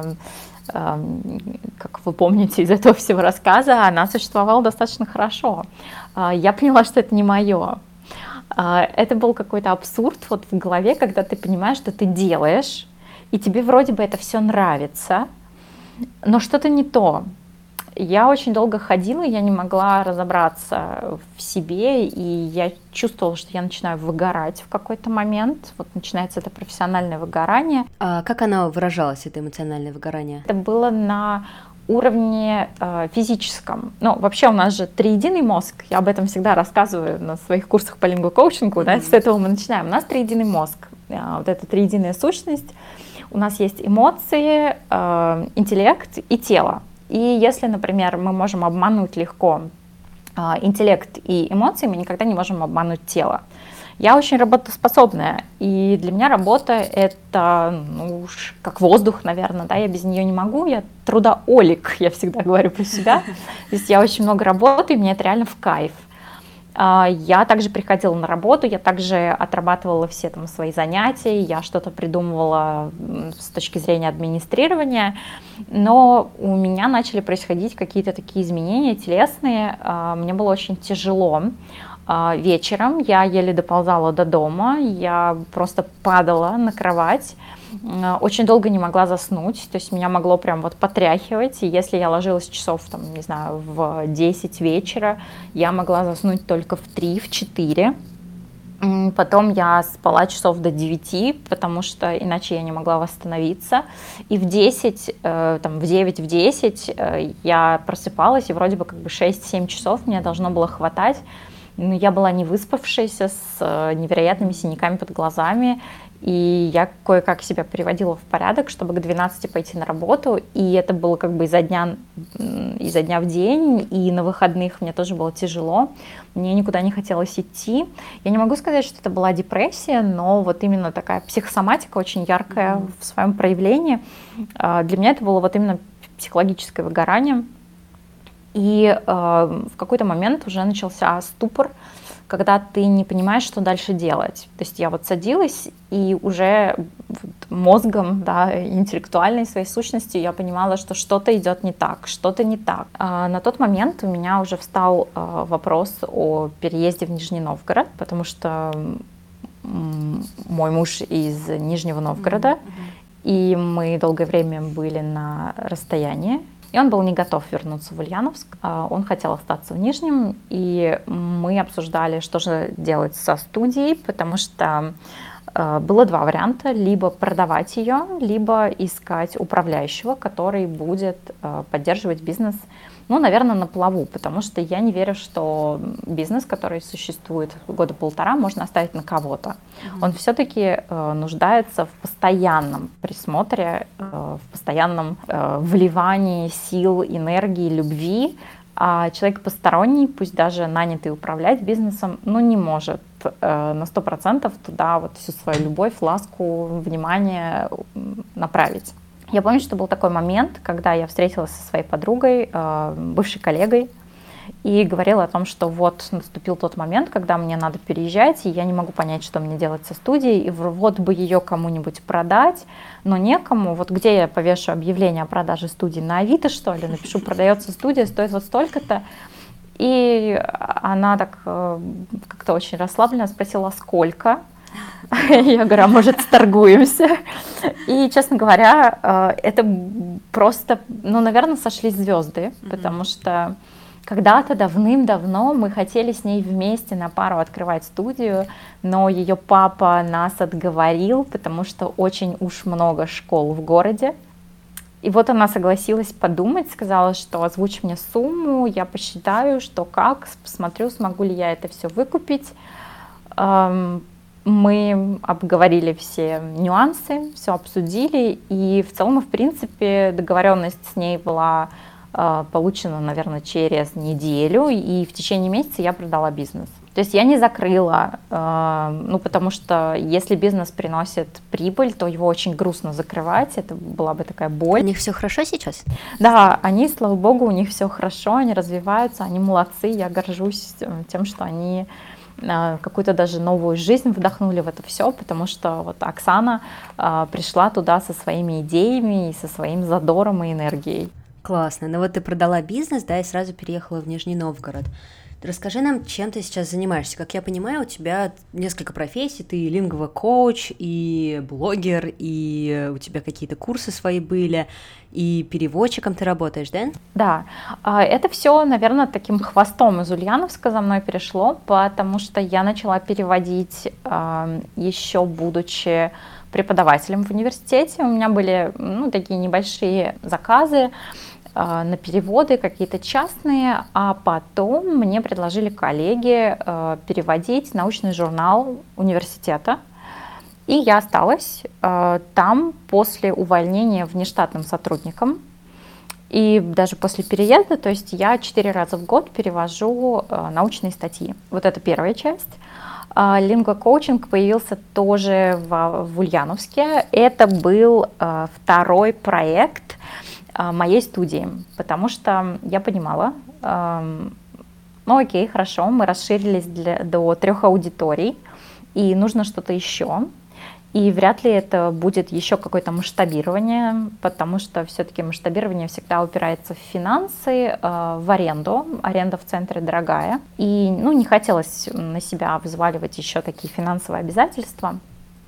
как вы помните из этого всего рассказа, она существовала достаточно хорошо. Я поняла, что это не мое. Это был какой-то абсурд вот в голове, когда ты понимаешь, что ты делаешь, и тебе вроде бы это все нравится, но что-то не то. Я очень долго ходила, я не могла разобраться в себе, и я чувствовала, что я начинаю выгорать в какой-то момент. Вот начинается это профессиональное выгорание. А как оно выражалось, это эмоциональное выгорание? Это было на уровне физическом. Вообще у нас же триединый мозг. Я об этом всегда рассказываю на своих курсах по лингвокоучингу. Да, с этого мы начинаем. У нас триединый мозг. Вот эта триединая сущность. У нас есть эмоции, интеллект и тело. И если, например, мы можем обмануть легко интеллект и эмоции, мы никогда не можем обмануть тело. Я очень работоспособная, и для меня работа — это как воздух, наверное, да, я без нее не могу, я трудоголик, я всегда говорю про себя. То есть я очень много работаю, и мне это реально в кайф. Я также приходила на работу, я также отрабатывала все там свои занятия, я что-то придумывала с точки зрения администрирования, но у меня начали происходить какие-то такие изменения телесные, мне было очень тяжело. Вечером я еле доползала до дома, я просто падала на кровать, очень долго не могла заснуть, то есть меня могло прям вот потряхивать, и если я ложилась часов, там, не знаю, в 10 вечера, я могла заснуть только в 3, в 4. Потом я спала часов до 9, потому что иначе я не могла восстановиться. И в 10, там, в 9, в 10 я просыпалась, и вроде бы как бы 6-7 часов мне должно было хватать. Но я была не выспавшаяся, с невероятными синяками под глазами. И я кое-как себя приводила в порядок, чтобы к 12 пойти на работу. И это было как бы изо дня в день. И на выходных мне тоже было тяжело. Мне никуда не хотелось идти. Я не могу сказать, что это была депрессия, но вот именно такая психосоматика очень яркая в своем проявлении. Для меня это было вот именно психологическое выгорание. И в какой-то момент уже начался ступор, когда ты не понимаешь, что дальше делать. То есть я вот садилась, и уже мозгом, да, интеллектуальной своей сущностью я понимала, что что-то идет не так, что-то не так. На тот момент у меня уже встал вопрос о переезде в Нижний Новгород, потому что мой муж из Нижнего Новгорода, и мы долгое время были на расстоянии. И он был не готов вернуться в Ульяновск, он хотел остаться в Нижнем, и мы обсуждали, что же делать со студией, потому что было два варианта: либо продавать ее, либо искать управляющего, который будет поддерживать бизнес, ну, наверное, на плаву, потому что я не верю, что бизнес, который существует года полтора, можно оставить на кого-то. Он все-таки нуждается в постоянном присмотре, в постоянном вливании сил, энергии, любви, а человек посторонний, пусть даже нанятый управлять бизнесом, ну, не может на 100% туда вот всю свою любовь, ласку, внимание направить. Я помню, что был такой момент, когда я встретилась со своей подругой, бывшей коллегой, и говорила о том, что вот наступил тот момент, когда мне надо переезжать, и я не могу понять, что мне делать со студией, и вот бы ее кому-нибудь продать, но некому. Вот где я повешу объявление о продаже студии? На Авито, что ли? Напишу: продается студия, стоит вот столько-то. И она так как-то очень расслабленно спросила: сколько? Я говорю: а может, сторгуемся? И, честно говоря, это просто, ну, наверное, сошлись звезды, потому что когда-то давным-давно мы хотели с ней вместе на пару открывать студию, но ее папа нас отговорил, потому что очень уж много школ в городе. И вот она согласилась подумать, сказала, что озвучь мне сумму, я посчитаю, что как, посмотрю, смогу ли я это все выкупить. Мы обговорили все нюансы, все обсудили, и в целом, в принципе, договоренность с ней была получена, наверное, через неделю, и в течение месяца я продала бизнес. То есть я не закрыла, ну, потому что если бизнес приносит прибыль, то его очень грустно закрывать, это была бы такая боль. У них все хорошо сейчас? Да, они, слава богу, у них все хорошо, они развиваются, они молодцы, я горжусь тем, что они какую-то даже новую жизнь вдохнули в это все, потому что вот Оксана пришла туда со своими идеями и со своим задором и энергией. Классно. Ну вот ты продала бизнес, да, и сразу переехала в Нижний Новгород. Расскажи нам, чем ты сейчас занимаешься. Как я понимаю, у тебя несколько профессий. Ты лингво-коуч и блогер, и у тебя какие-то курсы свои были, и переводчиком ты работаешь, да? Да, это все, наверное, таким хвостом из Ульяновска за мной перешло, потому что я начала переводить еще будучи преподавателем в университете. У меня были, ну, такие небольшие заказы на переводы, какие-то частные, а потом мне предложили коллеги переводить научный журнал университета, и я осталась там после увольнения внештатным сотрудником, и даже после переезда, то есть я 4 раза в год перевожу научные статьи. Вот это первая часть. Лингво-коучинг появился тоже в Ульяновске. Это был второй проект моей студии, потому что я понимала, ну окей, хорошо, мы расширились до 3 аудиторий, и нужно что-то еще. И вряд ли это будет еще какое-то масштабирование, потому что все-таки масштабирование всегда упирается в финансы, в аренду. Аренда в центре дорогая. И не хотелось на себя взваливать еще такие финансовые обязательства.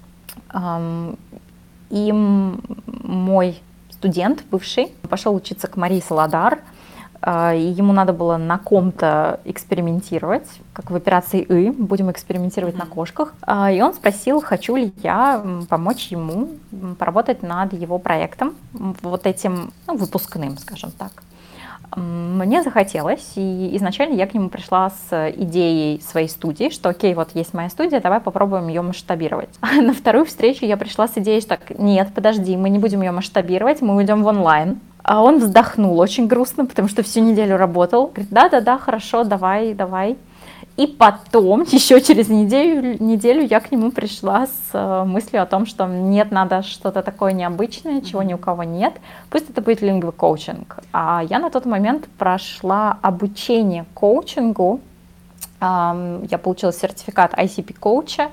И мой студент бывший пошел учиться к Марии Солодар, и ему надо было на ком-то экспериментировать, как в операции «И», будем экспериментировать на кошках. И он спросил, хочу ли я помочь ему поработать над его проектом, вот этим выпускным, скажем так. Мне захотелось, и изначально я к нему пришла с идеей своей студии, что окей, вот есть моя студия, давай попробуем ее масштабировать. А на вторую встречу я пришла с идеей, что нет, подожди, мы не будем ее масштабировать, мы уйдем в онлайн. А он вздохнул очень грустно, потому что всю неделю работал. Говорит, да, хорошо, давай. И потом, еще через неделю я к нему пришла с мыслью о том, что нет, надо что-то такое необычное, чего ни у кого нет. Пусть это будет лингвокоучинг. А я на тот момент прошла обучение коучингу. Я получила сертификат ICP-коуча.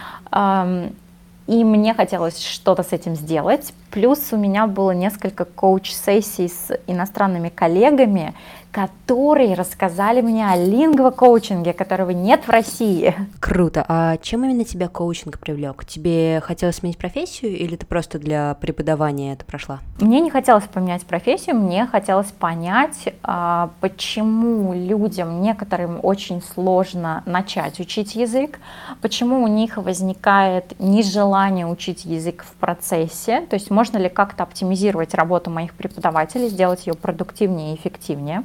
И мне хотелось что-то с этим сделать. Плюс у меня было несколько коуч-сессий с иностранными коллегами, которые рассказали мне о лингвокоучинге, которого нет в России. Круто. А чем именно тебя коучинг привлек? Тебе хотелось сменить профессию или ты просто для преподавания это прошла? Мне не хотелось поменять профессию, мне хотелось понять, почему людям, некоторым очень сложно начать учить язык, почему у них возникает нежелание учить язык в процессе, то есть можно ли как-то оптимизировать работу моих преподавателей, сделать ее продуктивнее и эффективнее.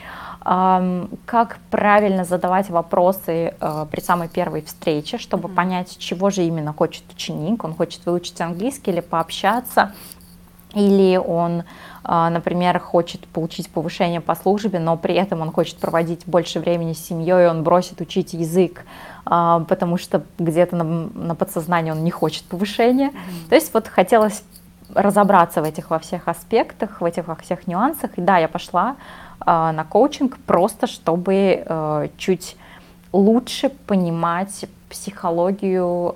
Как правильно задавать вопросы при самой первой встрече, чтобы понять, чего же именно хочет ученик. Он хочет выучить английский или пообщаться, или он, например, хочет получить повышение по службе, но при этом он хочет проводить больше времени с семьей, и он бросит учить язык, потому что где-то на подсознании он не хочет повышения. То есть вот хотелось разобраться в этих во всех аспектах, в этих во всех нюансах. И да, я пошла на коучинг просто, чтобы чуть лучше понимать психологию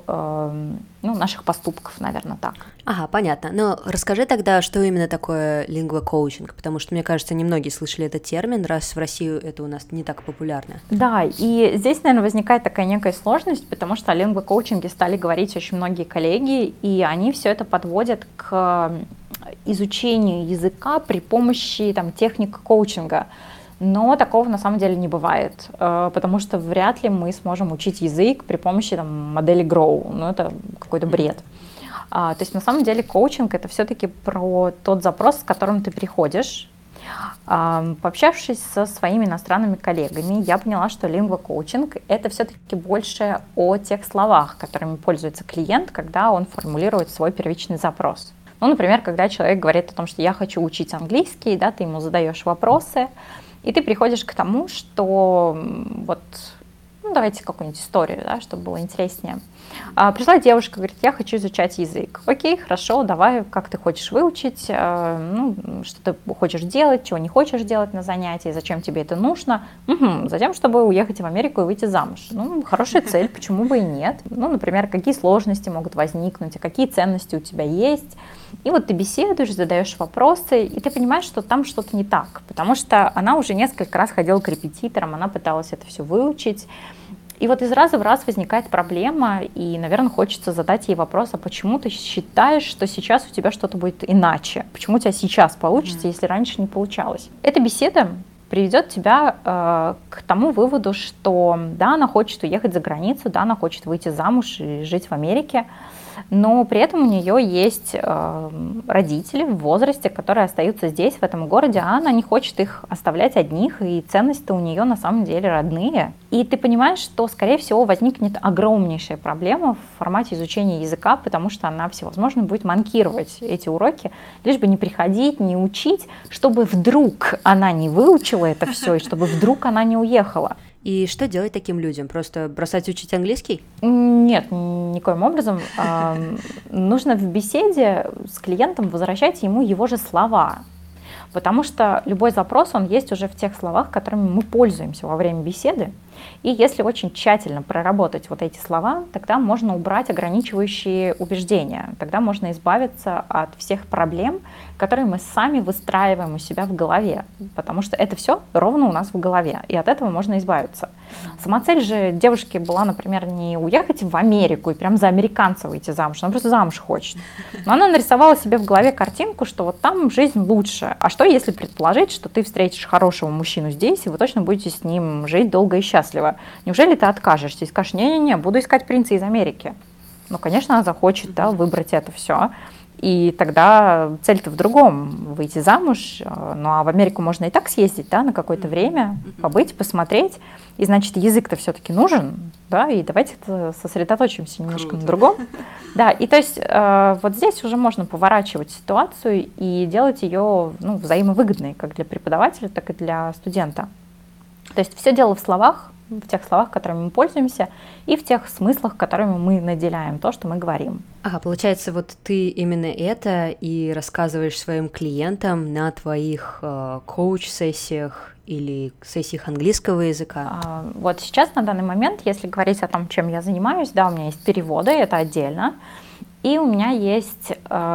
наших поступков, наверное, так. Ага, понятно. Но расскажи тогда, что именно такое лингвокоучинг, потому что, мне кажется, немногие слышали этот термин, раз в России это у нас не так популярно. Да, и здесь, наверное, возникает такая некая сложность, потому что о лингвокоучинге стали говорить очень многие коллеги, и они все это подводят к изучению языка при помощи техник коучинга. Но такого на самом деле не бывает, потому что вряд ли мы сможем учить язык при помощи модели Grow. Это какой-то бред. То есть на самом деле коучинг — это все-таки про тот запрос, с которым ты приходишь. Пообщавшись со своими иностранными коллегами, я поняла, что лингвокоучинг — это все-таки больше о тех словах, которыми пользуется клиент, когда он формулирует свой первичный запрос. Например, когда человек говорит о том, что я хочу учить английский, ты ему задаешь вопросы, и ты приходишь к тому, что давайте какую-нибудь историю, чтобы было интереснее. Пришла девушка, говорит, я хочу изучать язык. Окей, хорошо, давай, как ты хочешь выучить, что ты хочешь делать, чего не хочешь делать на занятии, зачем тебе это нужно. Затем, чтобы уехать в Америку и выйти замуж. Хорошая цель, почему бы и нет. Например, какие сложности могут возникнуть, а какие ценности у тебя есть. И вот ты беседуешь, задаешь вопросы, и ты понимаешь, что там что-то не так, потому что она уже несколько раз ходила к репетиторам, она пыталась это все выучить. И вот из раза в раз возникает проблема, и, наверное, хочется задать ей вопрос, а почему ты считаешь, что сейчас у тебя что-то будет иначе? Почему у тебя сейчас получится, если раньше не получалось? Эта беседа приведет тебя к тому выводу, что да, она хочет уехать за границу, да, она хочет выйти замуж и жить в Америке, но при этом у нее есть родители в возрасте, которые остаются здесь, в этом городе, а она не хочет их оставлять одних, и ценности-то у нее на самом деле родные. И ты понимаешь, что, скорее всего, возникнет огромнейшая проблема в формате изучения языка, потому что она всевозможно будет манкировать эти уроки, лишь бы не приходить, не учить, чтобы вдруг она не выучила это все, и чтобы вдруг она не уехала. И что делать таким людям? Просто бросать учить английский? Нет, никоим образом. Нужно в беседе с клиентом возвращать ему его же слова. Потому что любой запрос, он есть уже в тех словах, которыми мы пользуемся во время беседы. И если очень тщательно проработать вот эти слова, тогда можно убрать ограничивающие убеждения, тогда можно избавиться от всех проблем, которые мы сами выстраиваем у себя в голове, потому что это все ровно у нас в голове, и от этого можно избавиться. Сама цель же девушки была, например, не уехать в Америку и прям за американца выйти замуж, она просто замуж хочет. Но она нарисовала себе в голове картинку, что вот там жизнь лучше. А что, если предположить, что ты встретишь хорошего мужчину здесь, и вы точно будете с ним жить долго и счастливо? Неужели ты откажешься и скажешь: не-не-не, буду искать принца из Америки? Ну, конечно, она захочет, да, выбрать это все. И тогда цель-то в другом — выйти замуж. Ну, а в Америку можно и так съездить, да, на какое-то время, побыть, посмотреть. И, значит, язык-то все-таки нужен, да, и давайте сосредоточимся немножко на другом. Да, и то есть вот здесь уже можно поворачивать ситуацию и делать ее, ну, взаимовыгодной как для преподавателя, так и для студента. То есть все дело в словах, в тех словах, которыми мы пользуемся, и в тех смыслах, которыми мы наделяем то, что мы говорим. Ага, получается, вот ты именно это и рассказываешь своим клиентам на твоих коуч-сессиях или сессиях английского языка? Вот сейчас, на данный момент, если говорить о том, чем я занимаюсь, да, у меня есть переводы, это отдельно, и у меня есть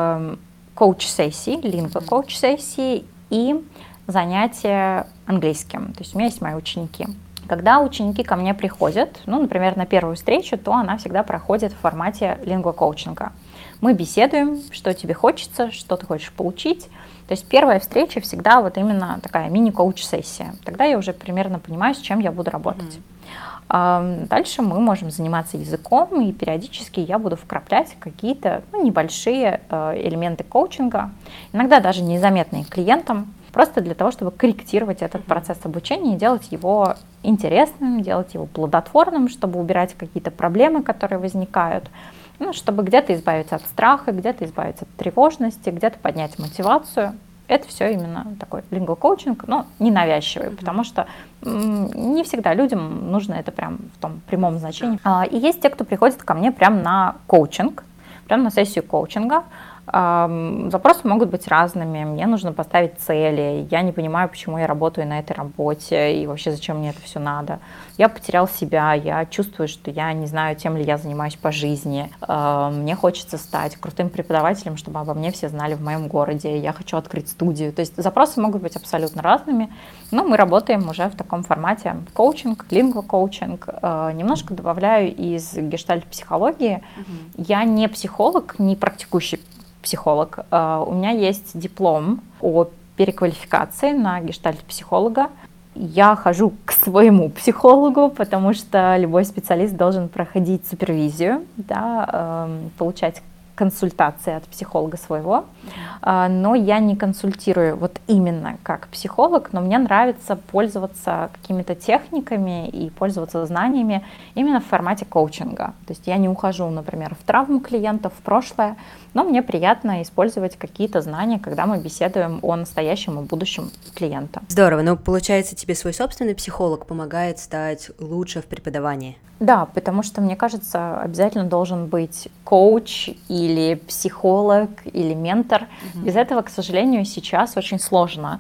коуч-сессии, лингво-коуч-сессии и занятия английским. То есть у меня есть мои ученики. Когда ученики ко мне приходят, ну, например, на первую встречу, то она всегда проходит в формате лингво-коучинга. Мы беседуем, что тебе хочется, что ты хочешь получить. То есть первая встреча всегда вот именно такая мини-коуч-сессия. Тогда я уже примерно понимаю, с чем я буду работать. Дальше мы можем заниматься языком, и периодически я буду вкраплять какие-то, ну, небольшие элементы коучинга, иногда даже незаметные клиентам, просто для того, чтобы корректировать этот процесс обучения и делать его интересным, делать его плодотворным, чтобы убирать какие-то проблемы, которые возникают, ну, чтобы где-то избавиться от страха, где-то избавиться от тревожности, где-то поднять мотивацию. Это все именно такой лингво-коучинг, но ненавязчивый, потому что не всегда людям нужно это прям в том прямом значении. И есть те, кто приходит ко мне прям на коучинг, прям на сессию коучинга. Запросы могут быть разными, мне нужно поставить цели, я не понимаю, почему я работаю на этой работе и вообще зачем мне это все надо. Я потерял себя, я чувствую, что я не знаю, тем ли я занимаюсь по жизни. Мне хочется стать крутым преподавателем, чтобы обо мне все знали в моем городе, я хочу открыть студию. То есть запросы могут быть абсолютно разными, но мы работаем уже в таком формате коучинг, лингво-коучинг. Немножко добавляю из гештальт-психологии. Я не психолог, не практикующий психолог. У меня есть диплом о переквалификации на гештальт-психолога. Я хожу к своему психологу, потому что любой специалист должен проходить супервизию, да, получать консультации от психолога своего, но я не консультирую вот именно как психолог, но мне нравится пользоваться какими-то техниками и пользоваться знаниями именно в формате коучинга. То есть я не ухожу, например, в травму клиентов, в прошлое, но мне приятно использовать какие-то знания, когда мы беседуем о настоящем и будущем клиента. Здорово, но получается, тебе свой собственный психолог помогает стать лучше в преподавании? Да, потому что, мне кажется, обязательно должен быть коуч или психолог или ментор. Без этого, к сожалению, сейчас очень сложно.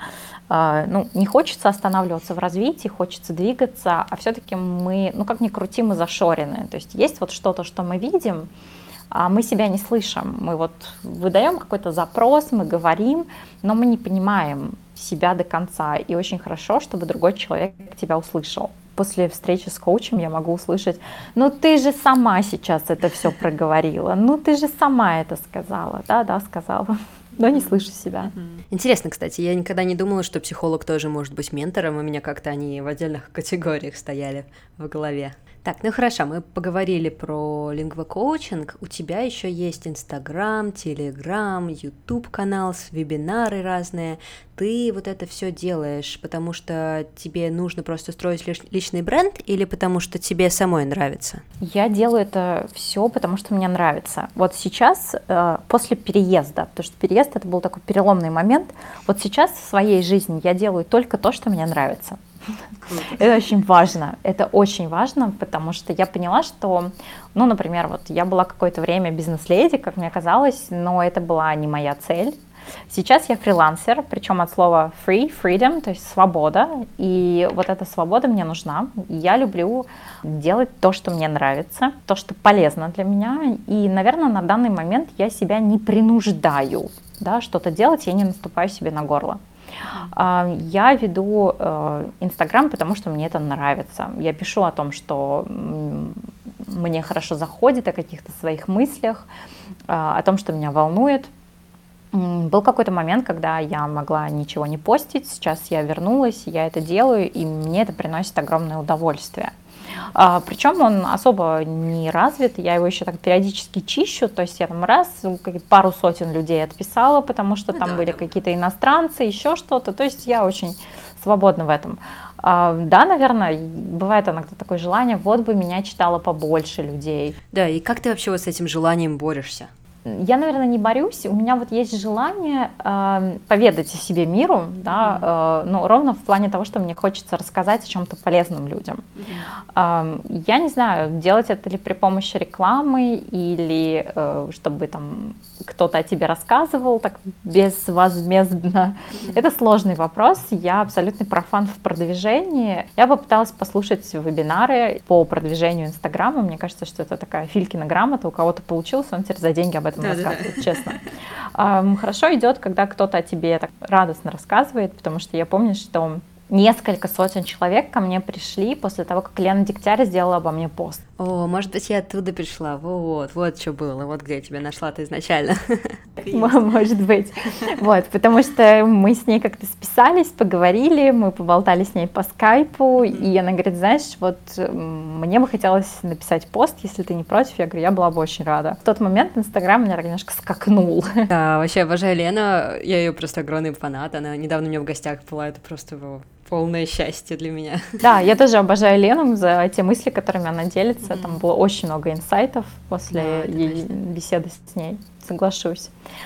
Ну, не хочется останавливаться в развитии, хочется двигаться, а все-таки мы, ну, как ни крути, мы зашорены. То есть есть вот что-то, что мы видим, а мы себя не слышим. Мы вот выдаем какой-то запрос, мы говорим, но мы не понимаем себя до конца. И очень хорошо, чтобы другой человек тебя услышал. После встречи с коучем я могу услышать: ну ты же сама сейчас это все проговорила, ну ты же сама это сказала. Да, сказала, но не слышу себя. Интересно, кстати, я никогда не думала, что психолог тоже может быть ментором, у меня как-то они в отдельных категориях стояли в голове. Так, ну хорошо, мы поговорили про лингво-коучинг. У тебя еще есть Инстаграм, Телеграм, Ютуб-канал, вебинары разные. Ты вот это все делаешь, потому что тебе нужно просто строить личный бренд или потому что тебе самой нравится? Я делаю это все, потому что мне нравится. Вот сейчас, после переезда, потому что переезд — это был такой переломный момент, вот сейчас в своей жизни я делаю только то, что мне нравится. Это очень важно, это очень важно, потому что я поняла, что, например, вот я была какое-то время бизнес-леди, как мне казалось, но это была не моя цель. Сейчас я фрилансер, причем от слова free, freedom, то есть свобода, и вот эта свобода мне нужна. Я люблю делать то, что мне нравится, то, что полезно для меня, и, наверное, на данный момент я себя не принуждаю, да, что-то делать, я не наступаю себе на горло. Я веду Инстаграм, потому что мне это нравится. Я пишу о том, что мне хорошо заходит, о каких-то своих мыслях, о том, что меня волнует. Был какой-то момент, когда я могла ничего не постить, сейчас я вернулась, я это делаю, и мне это приносит огромное удовольствие. Причем он особо не развит, я его еще так периодически чищу, то есть я там пару сотен людей отписала, потому что там были какие-то иностранцы, еще что-то, то есть я очень свободна в этом. Да, наверное, бывает иногда такое желание, вот бы меня читало побольше людей. Да, и как ты вообще вот с этим желанием борешься? Я, наверное, не борюсь, у меня вот есть желание поведать о себе миру, да, ну, ровно в плане того, что мне хочется рассказать о чем-то полезном людям. Я не знаю, делать это ли при помощи рекламы или чтобы там кто-то о тебе рассказывал так безвозмездно. Это сложный вопрос, я абсолютный профан в продвижении. Я попыталась послушать вебинары по продвижению Инстаграма, мне кажется, что это такая Филькина грамота, у кого-то получилось, он теперь за деньги об этом рассказывает, честно. Хорошо идет, когда кто-то о тебе так радостно рассказывает, потому что я помню, что несколько сотен человек ко мне пришли после того, как Лена Дегтярь сделала обо мне пост. О, может быть, я оттуда пришла, вот что было, вот где я тебя нашла-то изначально. Может быть. Вот, потому что мы с ней как-то списались, поговорили, мы поболтали с ней по скайпу, и она говорит, знаешь, вот мне бы хотелось написать пост, если ты не против. Я говорю, я была бы очень рада. В тот момент Инстаграм меня немножко скакнул. Да, вообще обожаю Лену, я ее просто огромный фанат, она недавно у меня в гостях была, это просто полное счастье для меня. Да, я тоже обожаю Лену за те мысли, которыми она делится. Там было очень много инсайтов после беседы с ней, соглашусь.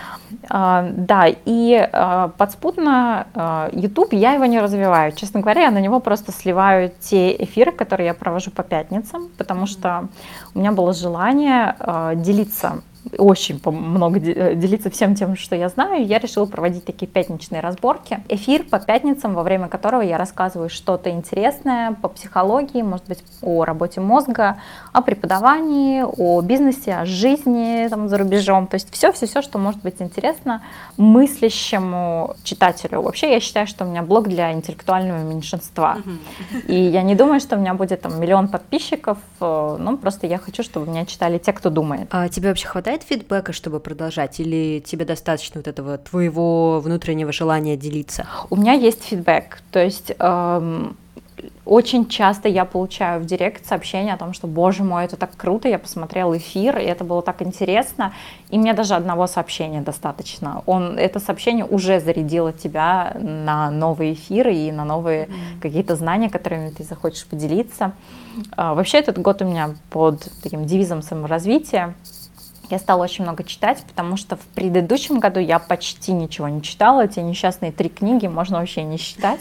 Да, и подспудно YouTube, я его не развиваю. Честно говоря, я на него просто сливаю те эфиры, которые я провожу по пятницам, потому что у меня было желание делиться очень много делиться всем тем, что я знаю, я решила проводить такие пятничные разборки. Эфир по пятницам, во время которого я рассказываю что-то интересное по психологии, может быть, о работе мозга, о преподавании, о бизнесе, о жизни там, за рубежом. То есть все, что может быть интересно мыслящему читателю. Вообще, я считаю, что у меня блог для интеллектуального меньшинства. И я не думаю, что у меня будет там 1 миллион подписчиков, ну, просто я хочу, чтобы меня читали те, кто думает. А тебе вообще хватает фидбэка, чтобы продолжать, или тебе достаточно вот этого твоего внутреннего желания делиться? У меня есть фидбэк, то есть очень часто я получаю в директ сообщение о том, что, боже мой, это так круто, я посмотрел эфир, и это было так интересно, и мне даже одного сообщения достаточно. Это сообщение уже зарядило тебя на новые эфиры и на новые какие-то знания, которыми ты захочешь поделиться. Вообще этот год у меня под таким девизом саморазвития. Я стала очень много читать, потому что в предыдущем году я почти ничего не читала. Эти несчастные 3 книги можно вообще не считать.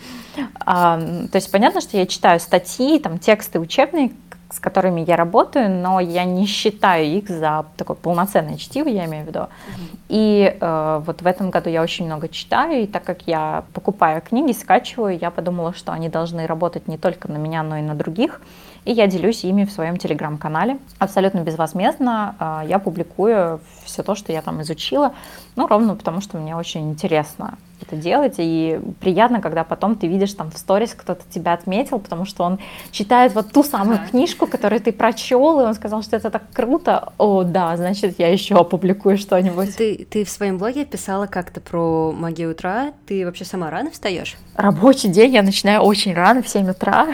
То есть понятно, что я читаю статьи, там, тексты учебные, с которыми я работаю, но я не считаю их за такое полноценное чтиво, я имею в виду. И вот в этом году я очень много читаю, и так как я покупаю книги, скачиваю, я подумала, что они должны работать не только на меня, но и на других. И я делюсь ими в своем телеграм-канале. Абсолютно безвозмездно я публикую все то, что я там изучила, ну, ровно потому, что мне очень интересно это делать, и приятно, когда потом ты видишь там в сторис, кто-то тебя отметил, потому что он читает вот ту самую книжку, которую ты прочел, и он сказал, что это так круто. О, да, значит, я еще опубликую что-нибудь. Ты в своем блоге писала как-то про магию утра, ты вообще сама рано встаешь? Рабочий день я начинаю очень рано, в 7 утра.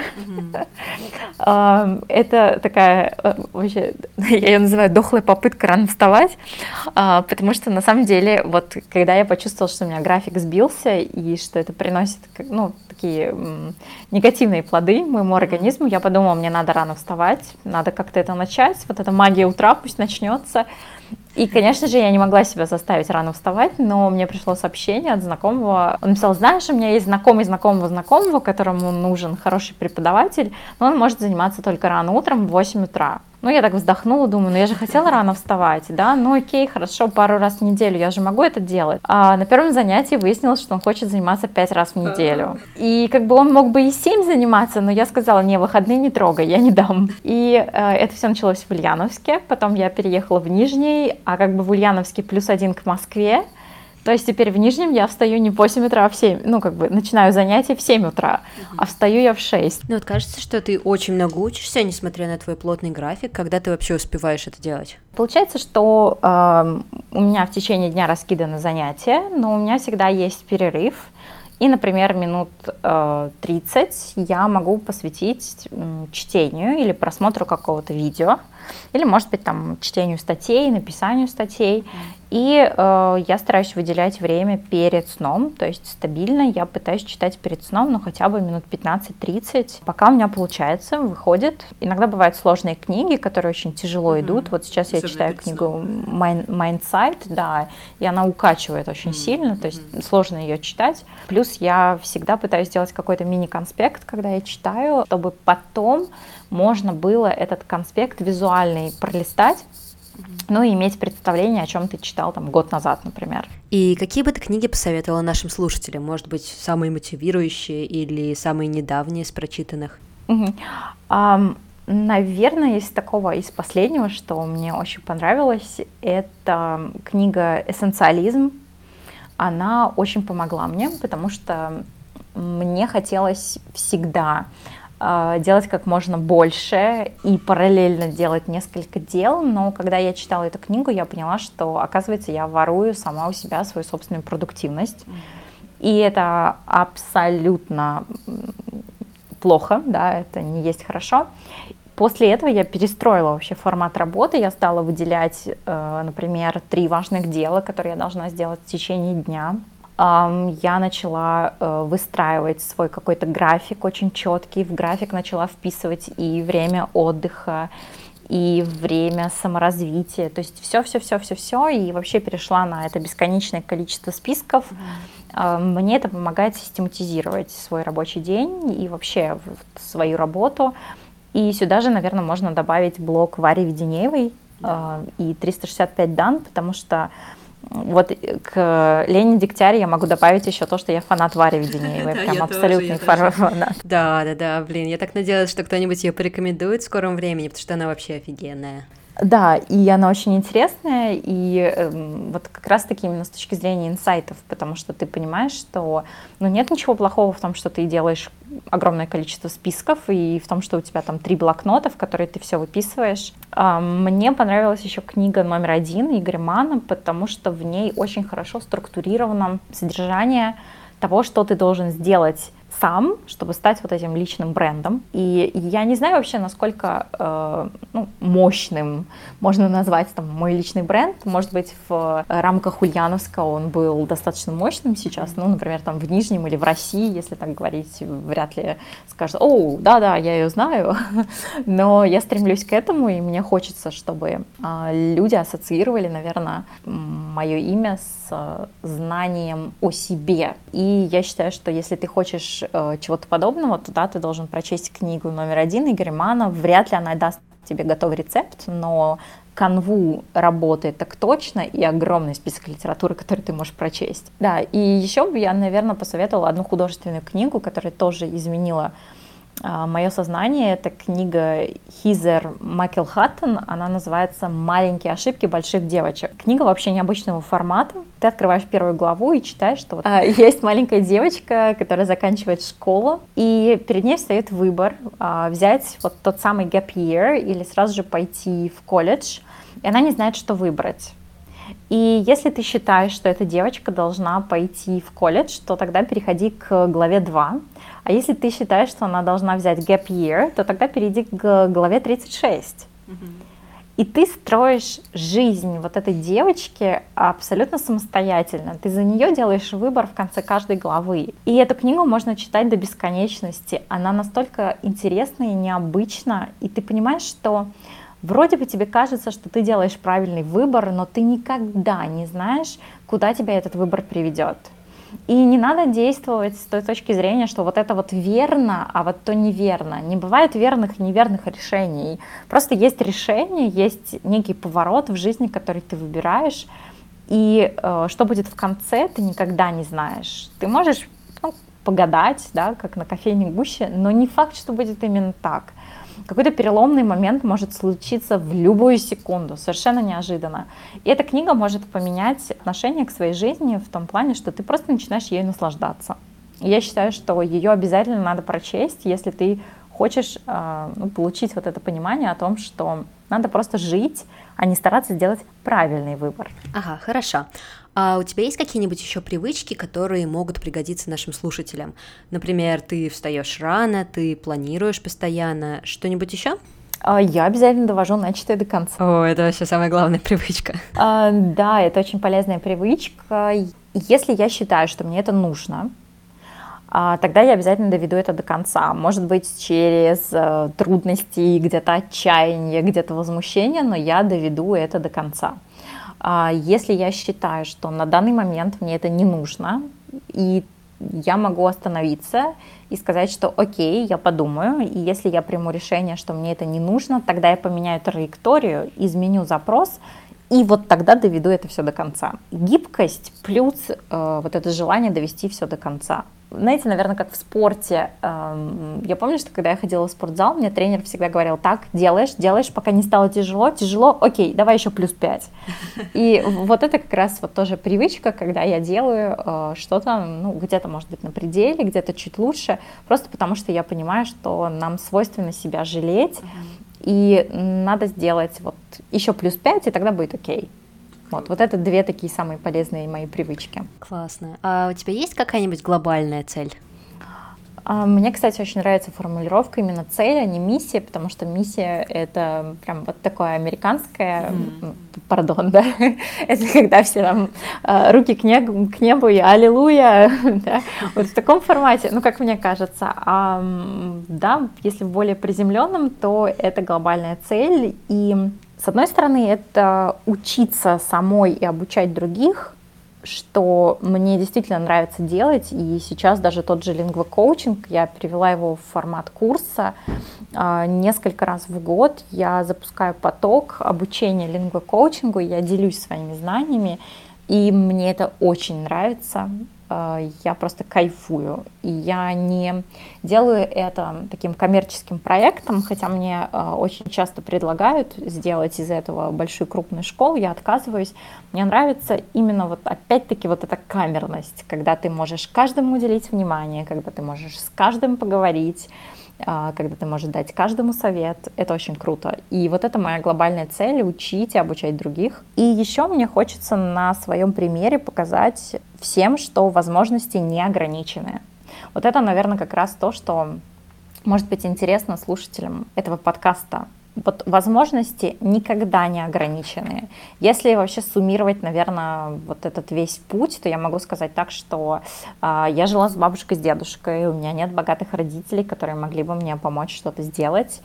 Это такая, вообще, я ее называю дохлая попытка рано вставать, потому что на самом деле, вот когда я почувствовала, что у меня график сбился, и что это приносит, ну, такие негативные плоды моему организму, я подумала, мне надо рано вставать, надо как-то это начать, вот эта магия утра пусть начнется. И, конечно же, я не могла себя заставить рано вставать, но мне пришло сообщение от знакомого. Он написал, знаешь, у меня есть знакомый знакомого, которому нужен хороший преподаватель, но он может заниматься только рано утром в 8 утра. Ну, я так вздохнула, думаю, ну я же хотела рано вставать, да, ну окей, хорошо, пару раз в неделю, я же могу это делать. А на первом занятии выяснилось, что он хочет заниматься 5 раз в неделю. И как бы он мог бы и 7 заниматься, но я сказала, не, выходные не трогай, я не дам. И это все началось в Ульяновске, потом я переехала в Нижний, а как бы в Ульяновске +1 к Москве. То есть теперь в Нижнем я встаю не в 8 утра, а в 7, ну, как бы начинаю занятия в 7 утра, а встаю я в 6. Ну, вот кажется, что ты очень много учишься, несмотря на твой плотный график. Когда ты вообще успеваешь это делать? Получается, что у меня в течение дня раскиданы занятия, но у меня всегда есть перерыв. И, например, минут 30 я могу посвятить чтению или просмотру какого-то видео, или, может быть, там, чтению статей, написанию статей. И я стараюсь выделять время перед сном, то есть стабильно я пытаюсь читать перед сном, ну, хотя бы минут 15-30, пока у меня получается, выходит. Иногда бывают сложные книги, которые очень тяжело идут. Вот сейчас я читаю книгу Mindsight, да, и она укачивает очень сильно, то есть сложно ее читать. Плюс я всегда пытаюсь сделать какой-то мини-конспект, когда я читаю, чтобы потом можно было этот конспект визуальный пролистать, ну и иметь представление, о чем ты читал там год назад, например. И какие бы ты книги посоветовала нашим слушателям? Может быть, самые мотивирующие или самые недавние из прочитанных? Наверное, из последнего, что мне очень понравилось, это книга «Эссенциализм». Она очень помогла мне, потому что мне хотелось всегда делать как можно больше и параллельно делать несколько дел, но когда я читала эту книгу, я поняла, что, оказывается, я ворую сама у себя свою собственную продуктивность, и это абсолютно плохо, да, это не есть хорошо. После этого я перестроила вообще формат работы, я стала выделять, например, 3 важных дела, которые я должна сделать в течение дня. Я начала выстраивать свой какой-то график очень четкий. В график начала вписывать и время отдыха, и время саморазвития. То есть все, и вообще перешла на это бесконечное количество списков. Мне это помогает систематизировать свой рабочий день и вообще свою работу. И сюда же, наверное, можно добавить блог Вари Веденеевой и 365 дан, потому что вот к Лене Дегтяре я могу добавить еще то, что я фанат Вари Веденеевой, прям абсолютный фанат. Да, блин, я так надеялась, что кто-нибудь ее порекомендует в скором времени, потому что она вообще офигенная. Да, и она очень интересная, и вот как раз-таки именно с точки зрения инсайтов, потому что ты понимаешь, что нет ничего плохого в том, что ты делаешь огромное количество списков, и в том, что у тебя там 3 блокнота, в которые ты все выписываешь. Мне понравилась еще книга номер 1 Игоря Манна, потому что в ней очень хорошо структурировано содержание того, что ты должен сделать сам, чтобы стать вот этим личным брендом. И я не знаю вообще, насколько мощным можно назвать там мой личный бренд. Может быть, в рамках Ульяновска он был достаточно мощным сейчас, например, там в Нижнем или в России, если так говорить, вряд ли скажут: «О, да, я ее знаю». Но я стремлюсь к этому, и мне хочется, чтобы люди ассоциировали, наверное, мое имя с знанием о себе. И я считаю, что если ты хочешь чего-то подобного, то да, ты должен прочесть книгу номер 1 Игоря Манна. Вряд ли она даст тебе готовый рецепт, но канву работы так точно и огромный список литературы, который ты можешь прочесть. Да, и еще бы я, наверное, посоветовала одну художественную книгу, которая тоже изменила мое сознание. Это книга Хизер Макилхаттен, она называется «Маленькие ошибки больших девочек». Книга вообще необычного формата. Ты открываешь первую главу и читаешь, что есть маленькая девочка, которая заканчивает школу, и перед ней встает выбор взять вот тот самый gap year или сразу же пойти в колледж, и она не знает, что выбрать. И если ты считаешь, что эта девочка должна пойти в колледж, то тогда переходи к главе 2. А если ты считаешь, что она должна взять gap year, то тогда перейди к главе 36. И ты строишь жизнь вот этой девочки абсолютно самостоятельно. Ты за нее делаешь выбор в конце каждой главы. И эту книгу можно читать до бесконечности. Она настолько интересна и необычна. И ты понимаешь, что вроде бы тебе кажется, что ты делаешь правильный выбор, но ты никогда не знаешь, куда тебя этот выбор приведет. И не надо действовать с той точки зрения, что вот это вот верно, а вот то неверно. Не бывает верных и неверных решений. Просто есть решение, есть некий поворот в жизни, который ты выбираешь. И что будет в конце, ты никогда не знаешь. Ты можешь погадать, да, как на кофейной гуще, но не факт, что будет именно так. Какой-то переломный момент может случиться в любую секунду, совершенно неожиданно. И эта книга может поменять отношение к своей жизни в том плане, что ты просто начинаешь ею наслаждаться. И я считаю, что ее обязательно надо прочесть, если ты хочешь получить вот это понимание о том, что надо просто жить, а не стараться сделать правильный выбор. Ага, хорошо. А у тебя есть какие-нибудь еще привычки, которые могут пригодиться нашим слушателям? Например, ты встаешь рано, ты планируешь постоянно, что-нибудь еще? Я обязательно довожу начатое до конца. О, это вообще самая главная привычка. Да, это очень полезная привычка. Если я считаю, что мне это нужно, тогда я обязательно доведу это до конца. Может быть, через трудности, где-то отчаяние, где-то возмущение, но я доведу это до конца. Если я считаю, что на данный момент мне это не нужно, и я могу остановиться и сказать, что окей, я подумаю, и если я приму решение, что мне это не нужно, тогда я поменяю траекторию, изменю запрос, и вот тогда доведу это все до конца. Гибкость плюс вот это желание довести все до конца. Знаете, наверное, как в спорте. Я помню, что когда я ходила в спортзал, мне тренер всегда говорил: так, делаешь, пока не стало тяжело, окей, давай еще плюс 5. И вот это как раз вот тоже привычка, когда я делаю что-то, где-то, может быть, на пределе, где-то чуть лучше, просто потому что я понимаю, что нам свойственно себя жалеть, и надо сделать вот еще плюс 5, и тогда будет окей. Вот это две такие самые полезные мои привычки. Классно. А у тебя есть какая-нибудь глобальная цель? Мне, кстати, очень нравится формулировка именно цель, а не миссия, потому что миссия — это прям вот такое американское, пардон, да, это когда все там руки к небу и аллилуйя, да, вот в таком формате, как мне кажется. Да, если в более приземленном, то это глобальная цель, и с одной стороны, это учиться самой и обучать других, что мне действительно нравится делать, и сейчас даже тот же лингвокоучинг, я перевела его в формат курса, несколько раз в год я запускаю поток обучения лингвокоучингу, я делюсь своими знаниями, и мне это очень нравится. Я просто кайфую. И я не делаю это таким коммерческим проектом, хотя мне очень часто предлагают сделать из этого большую крупную школу, я отказываюсь. Мне нравится именно вот опять-таки вот эта камерность, когда ты можешь каждому уделить внимание, когда ты можешь с каждым поговорить, когда ты можешь дать каждому совет. Это очень круто. И вот это моя глобальная цель — учить и обучать других. И еще мне хочется на своем примере показать всем, что возможности не ограничены. Вот это, наверное, как раз то, что может быть интересно слушателям этого подкаста. Вот возможности никогда не ограничены. Если вообще суммировать, наверное, вот этот весь путь, то я могу сказать так, что я жила с бабушкой, с дедушкой, у меня нет богатых родителей, которые могли бы мне помочь что-то сделать.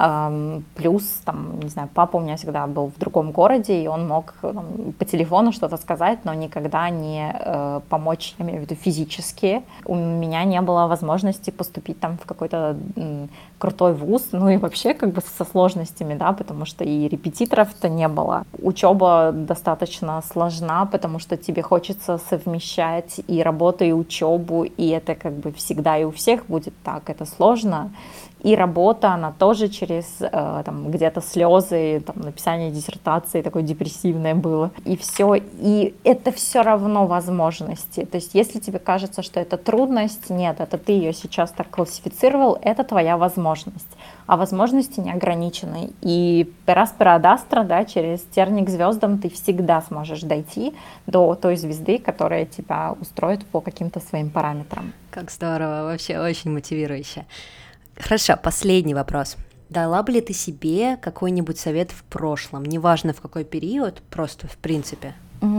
Плюс, там, не знаю, папа у меня всегда был в другом городе, и он мог по телефону что-то сказать, но никогда не помочь, я имею в виду физически. У меня не было возможности поступить там в какой-то крутой вуз, и вообще как бы со сложностями, да, потому что и репетиторов-то не было. Учеба достаточно сложна, потому что тебе хочется совмещать и работу, и учебу, и это как бы всегда и у всех будет так, это сложно. И работа, она тоже через там, где-то слезы, там, написание диссертации такое депрессивное было. И все. И это все равно возможности. То есть если тебе кажется, что это трудность, нет, это ты ее сейчас так классифицировал, это твоя возможность. А возможности не ограничены. И пера спера ад астра, да, через терник к звездам ты всегда сможешь дойти до той звезды, которая тебя устроит по каким-то своим параметрам. Как здорово, вообще очень мотивирующе. Хорошо, последний вопрос. Дала бы ли ты себе какой-нибудь совет в прошлом, неважно в какой период, просто в принципе?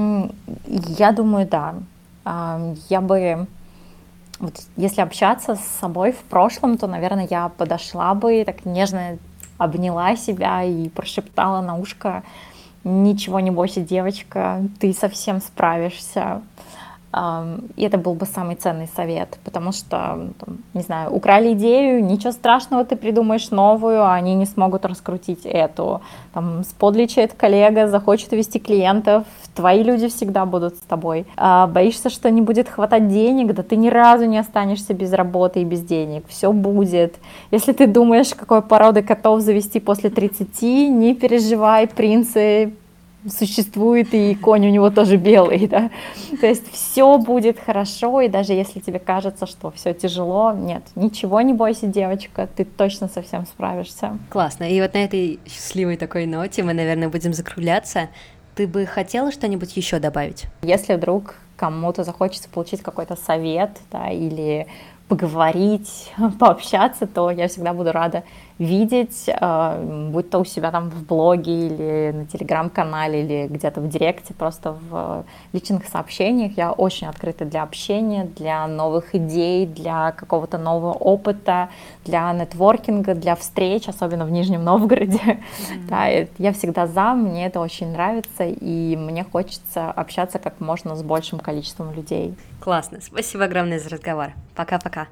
Я думаю, да. Я бы, вот если общаться с собой в прошлом, то, наверное, я подошла бы, так нежно обняла себя и прошептала на ушко: ничего не бойся, девочка, ты совсем справишься. И это был бы самый ценный совет, потому что, не знаю, украли идею, ничего страшного, ты придумаешь новую, а они не смогут раскрутить эту. Сподличает коллега, захочет вести клиентов, твои люди всегда будут с тобой. Боишься, что не будет хватать денег, да ты ни разу не останешься без работы и без денег, все будет. Если ты думаешь, какой породы котов завести после 30, не переживай, принцы существует, и конь у него тоже белый, да, то есть все будет хорошо, и даже если тебе кажется, что все тяжело, нет, ничего не бойся, девочка, ты точно со всем справишься. Классно, и вот на этой счастливой такой ноте мы, наверное, будем закругляться. Ты бы хотела что-нибудь еще добавить? Если вдруг кому-то захочется получить какой-то совет, да, или поговорить, пообщаться, то я всегда буду рада видеть, будь то у себя там в блоге или на телеграм-канале, или где-то в директе, просто в личных сообщениях. Я очень открыта для общения, для новых идей, для какого-то нового опыта, для нетворкинга, для встреч, особенно в Нижнем Новгороде. Да, я всегда за, мне это очень нравится, и мне хочется общаться как можно с большим количеством людей. Классно, спасибо огромное за разговор. Пока-пока.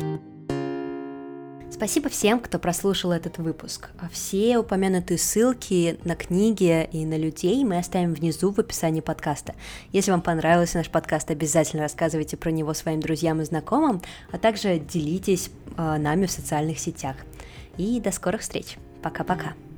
Спасибо всем, кто прослушал этот выпуск. Все упомянутые ссылки на книги и на людей мы оставим внизу в описании подкаста. Если вам понравился наш подкаст, обязательно рассказывайте про него своим друзьям и знакомым, а также делитесь нами в социальных сетях. И до скорых встреч. Пока-пока.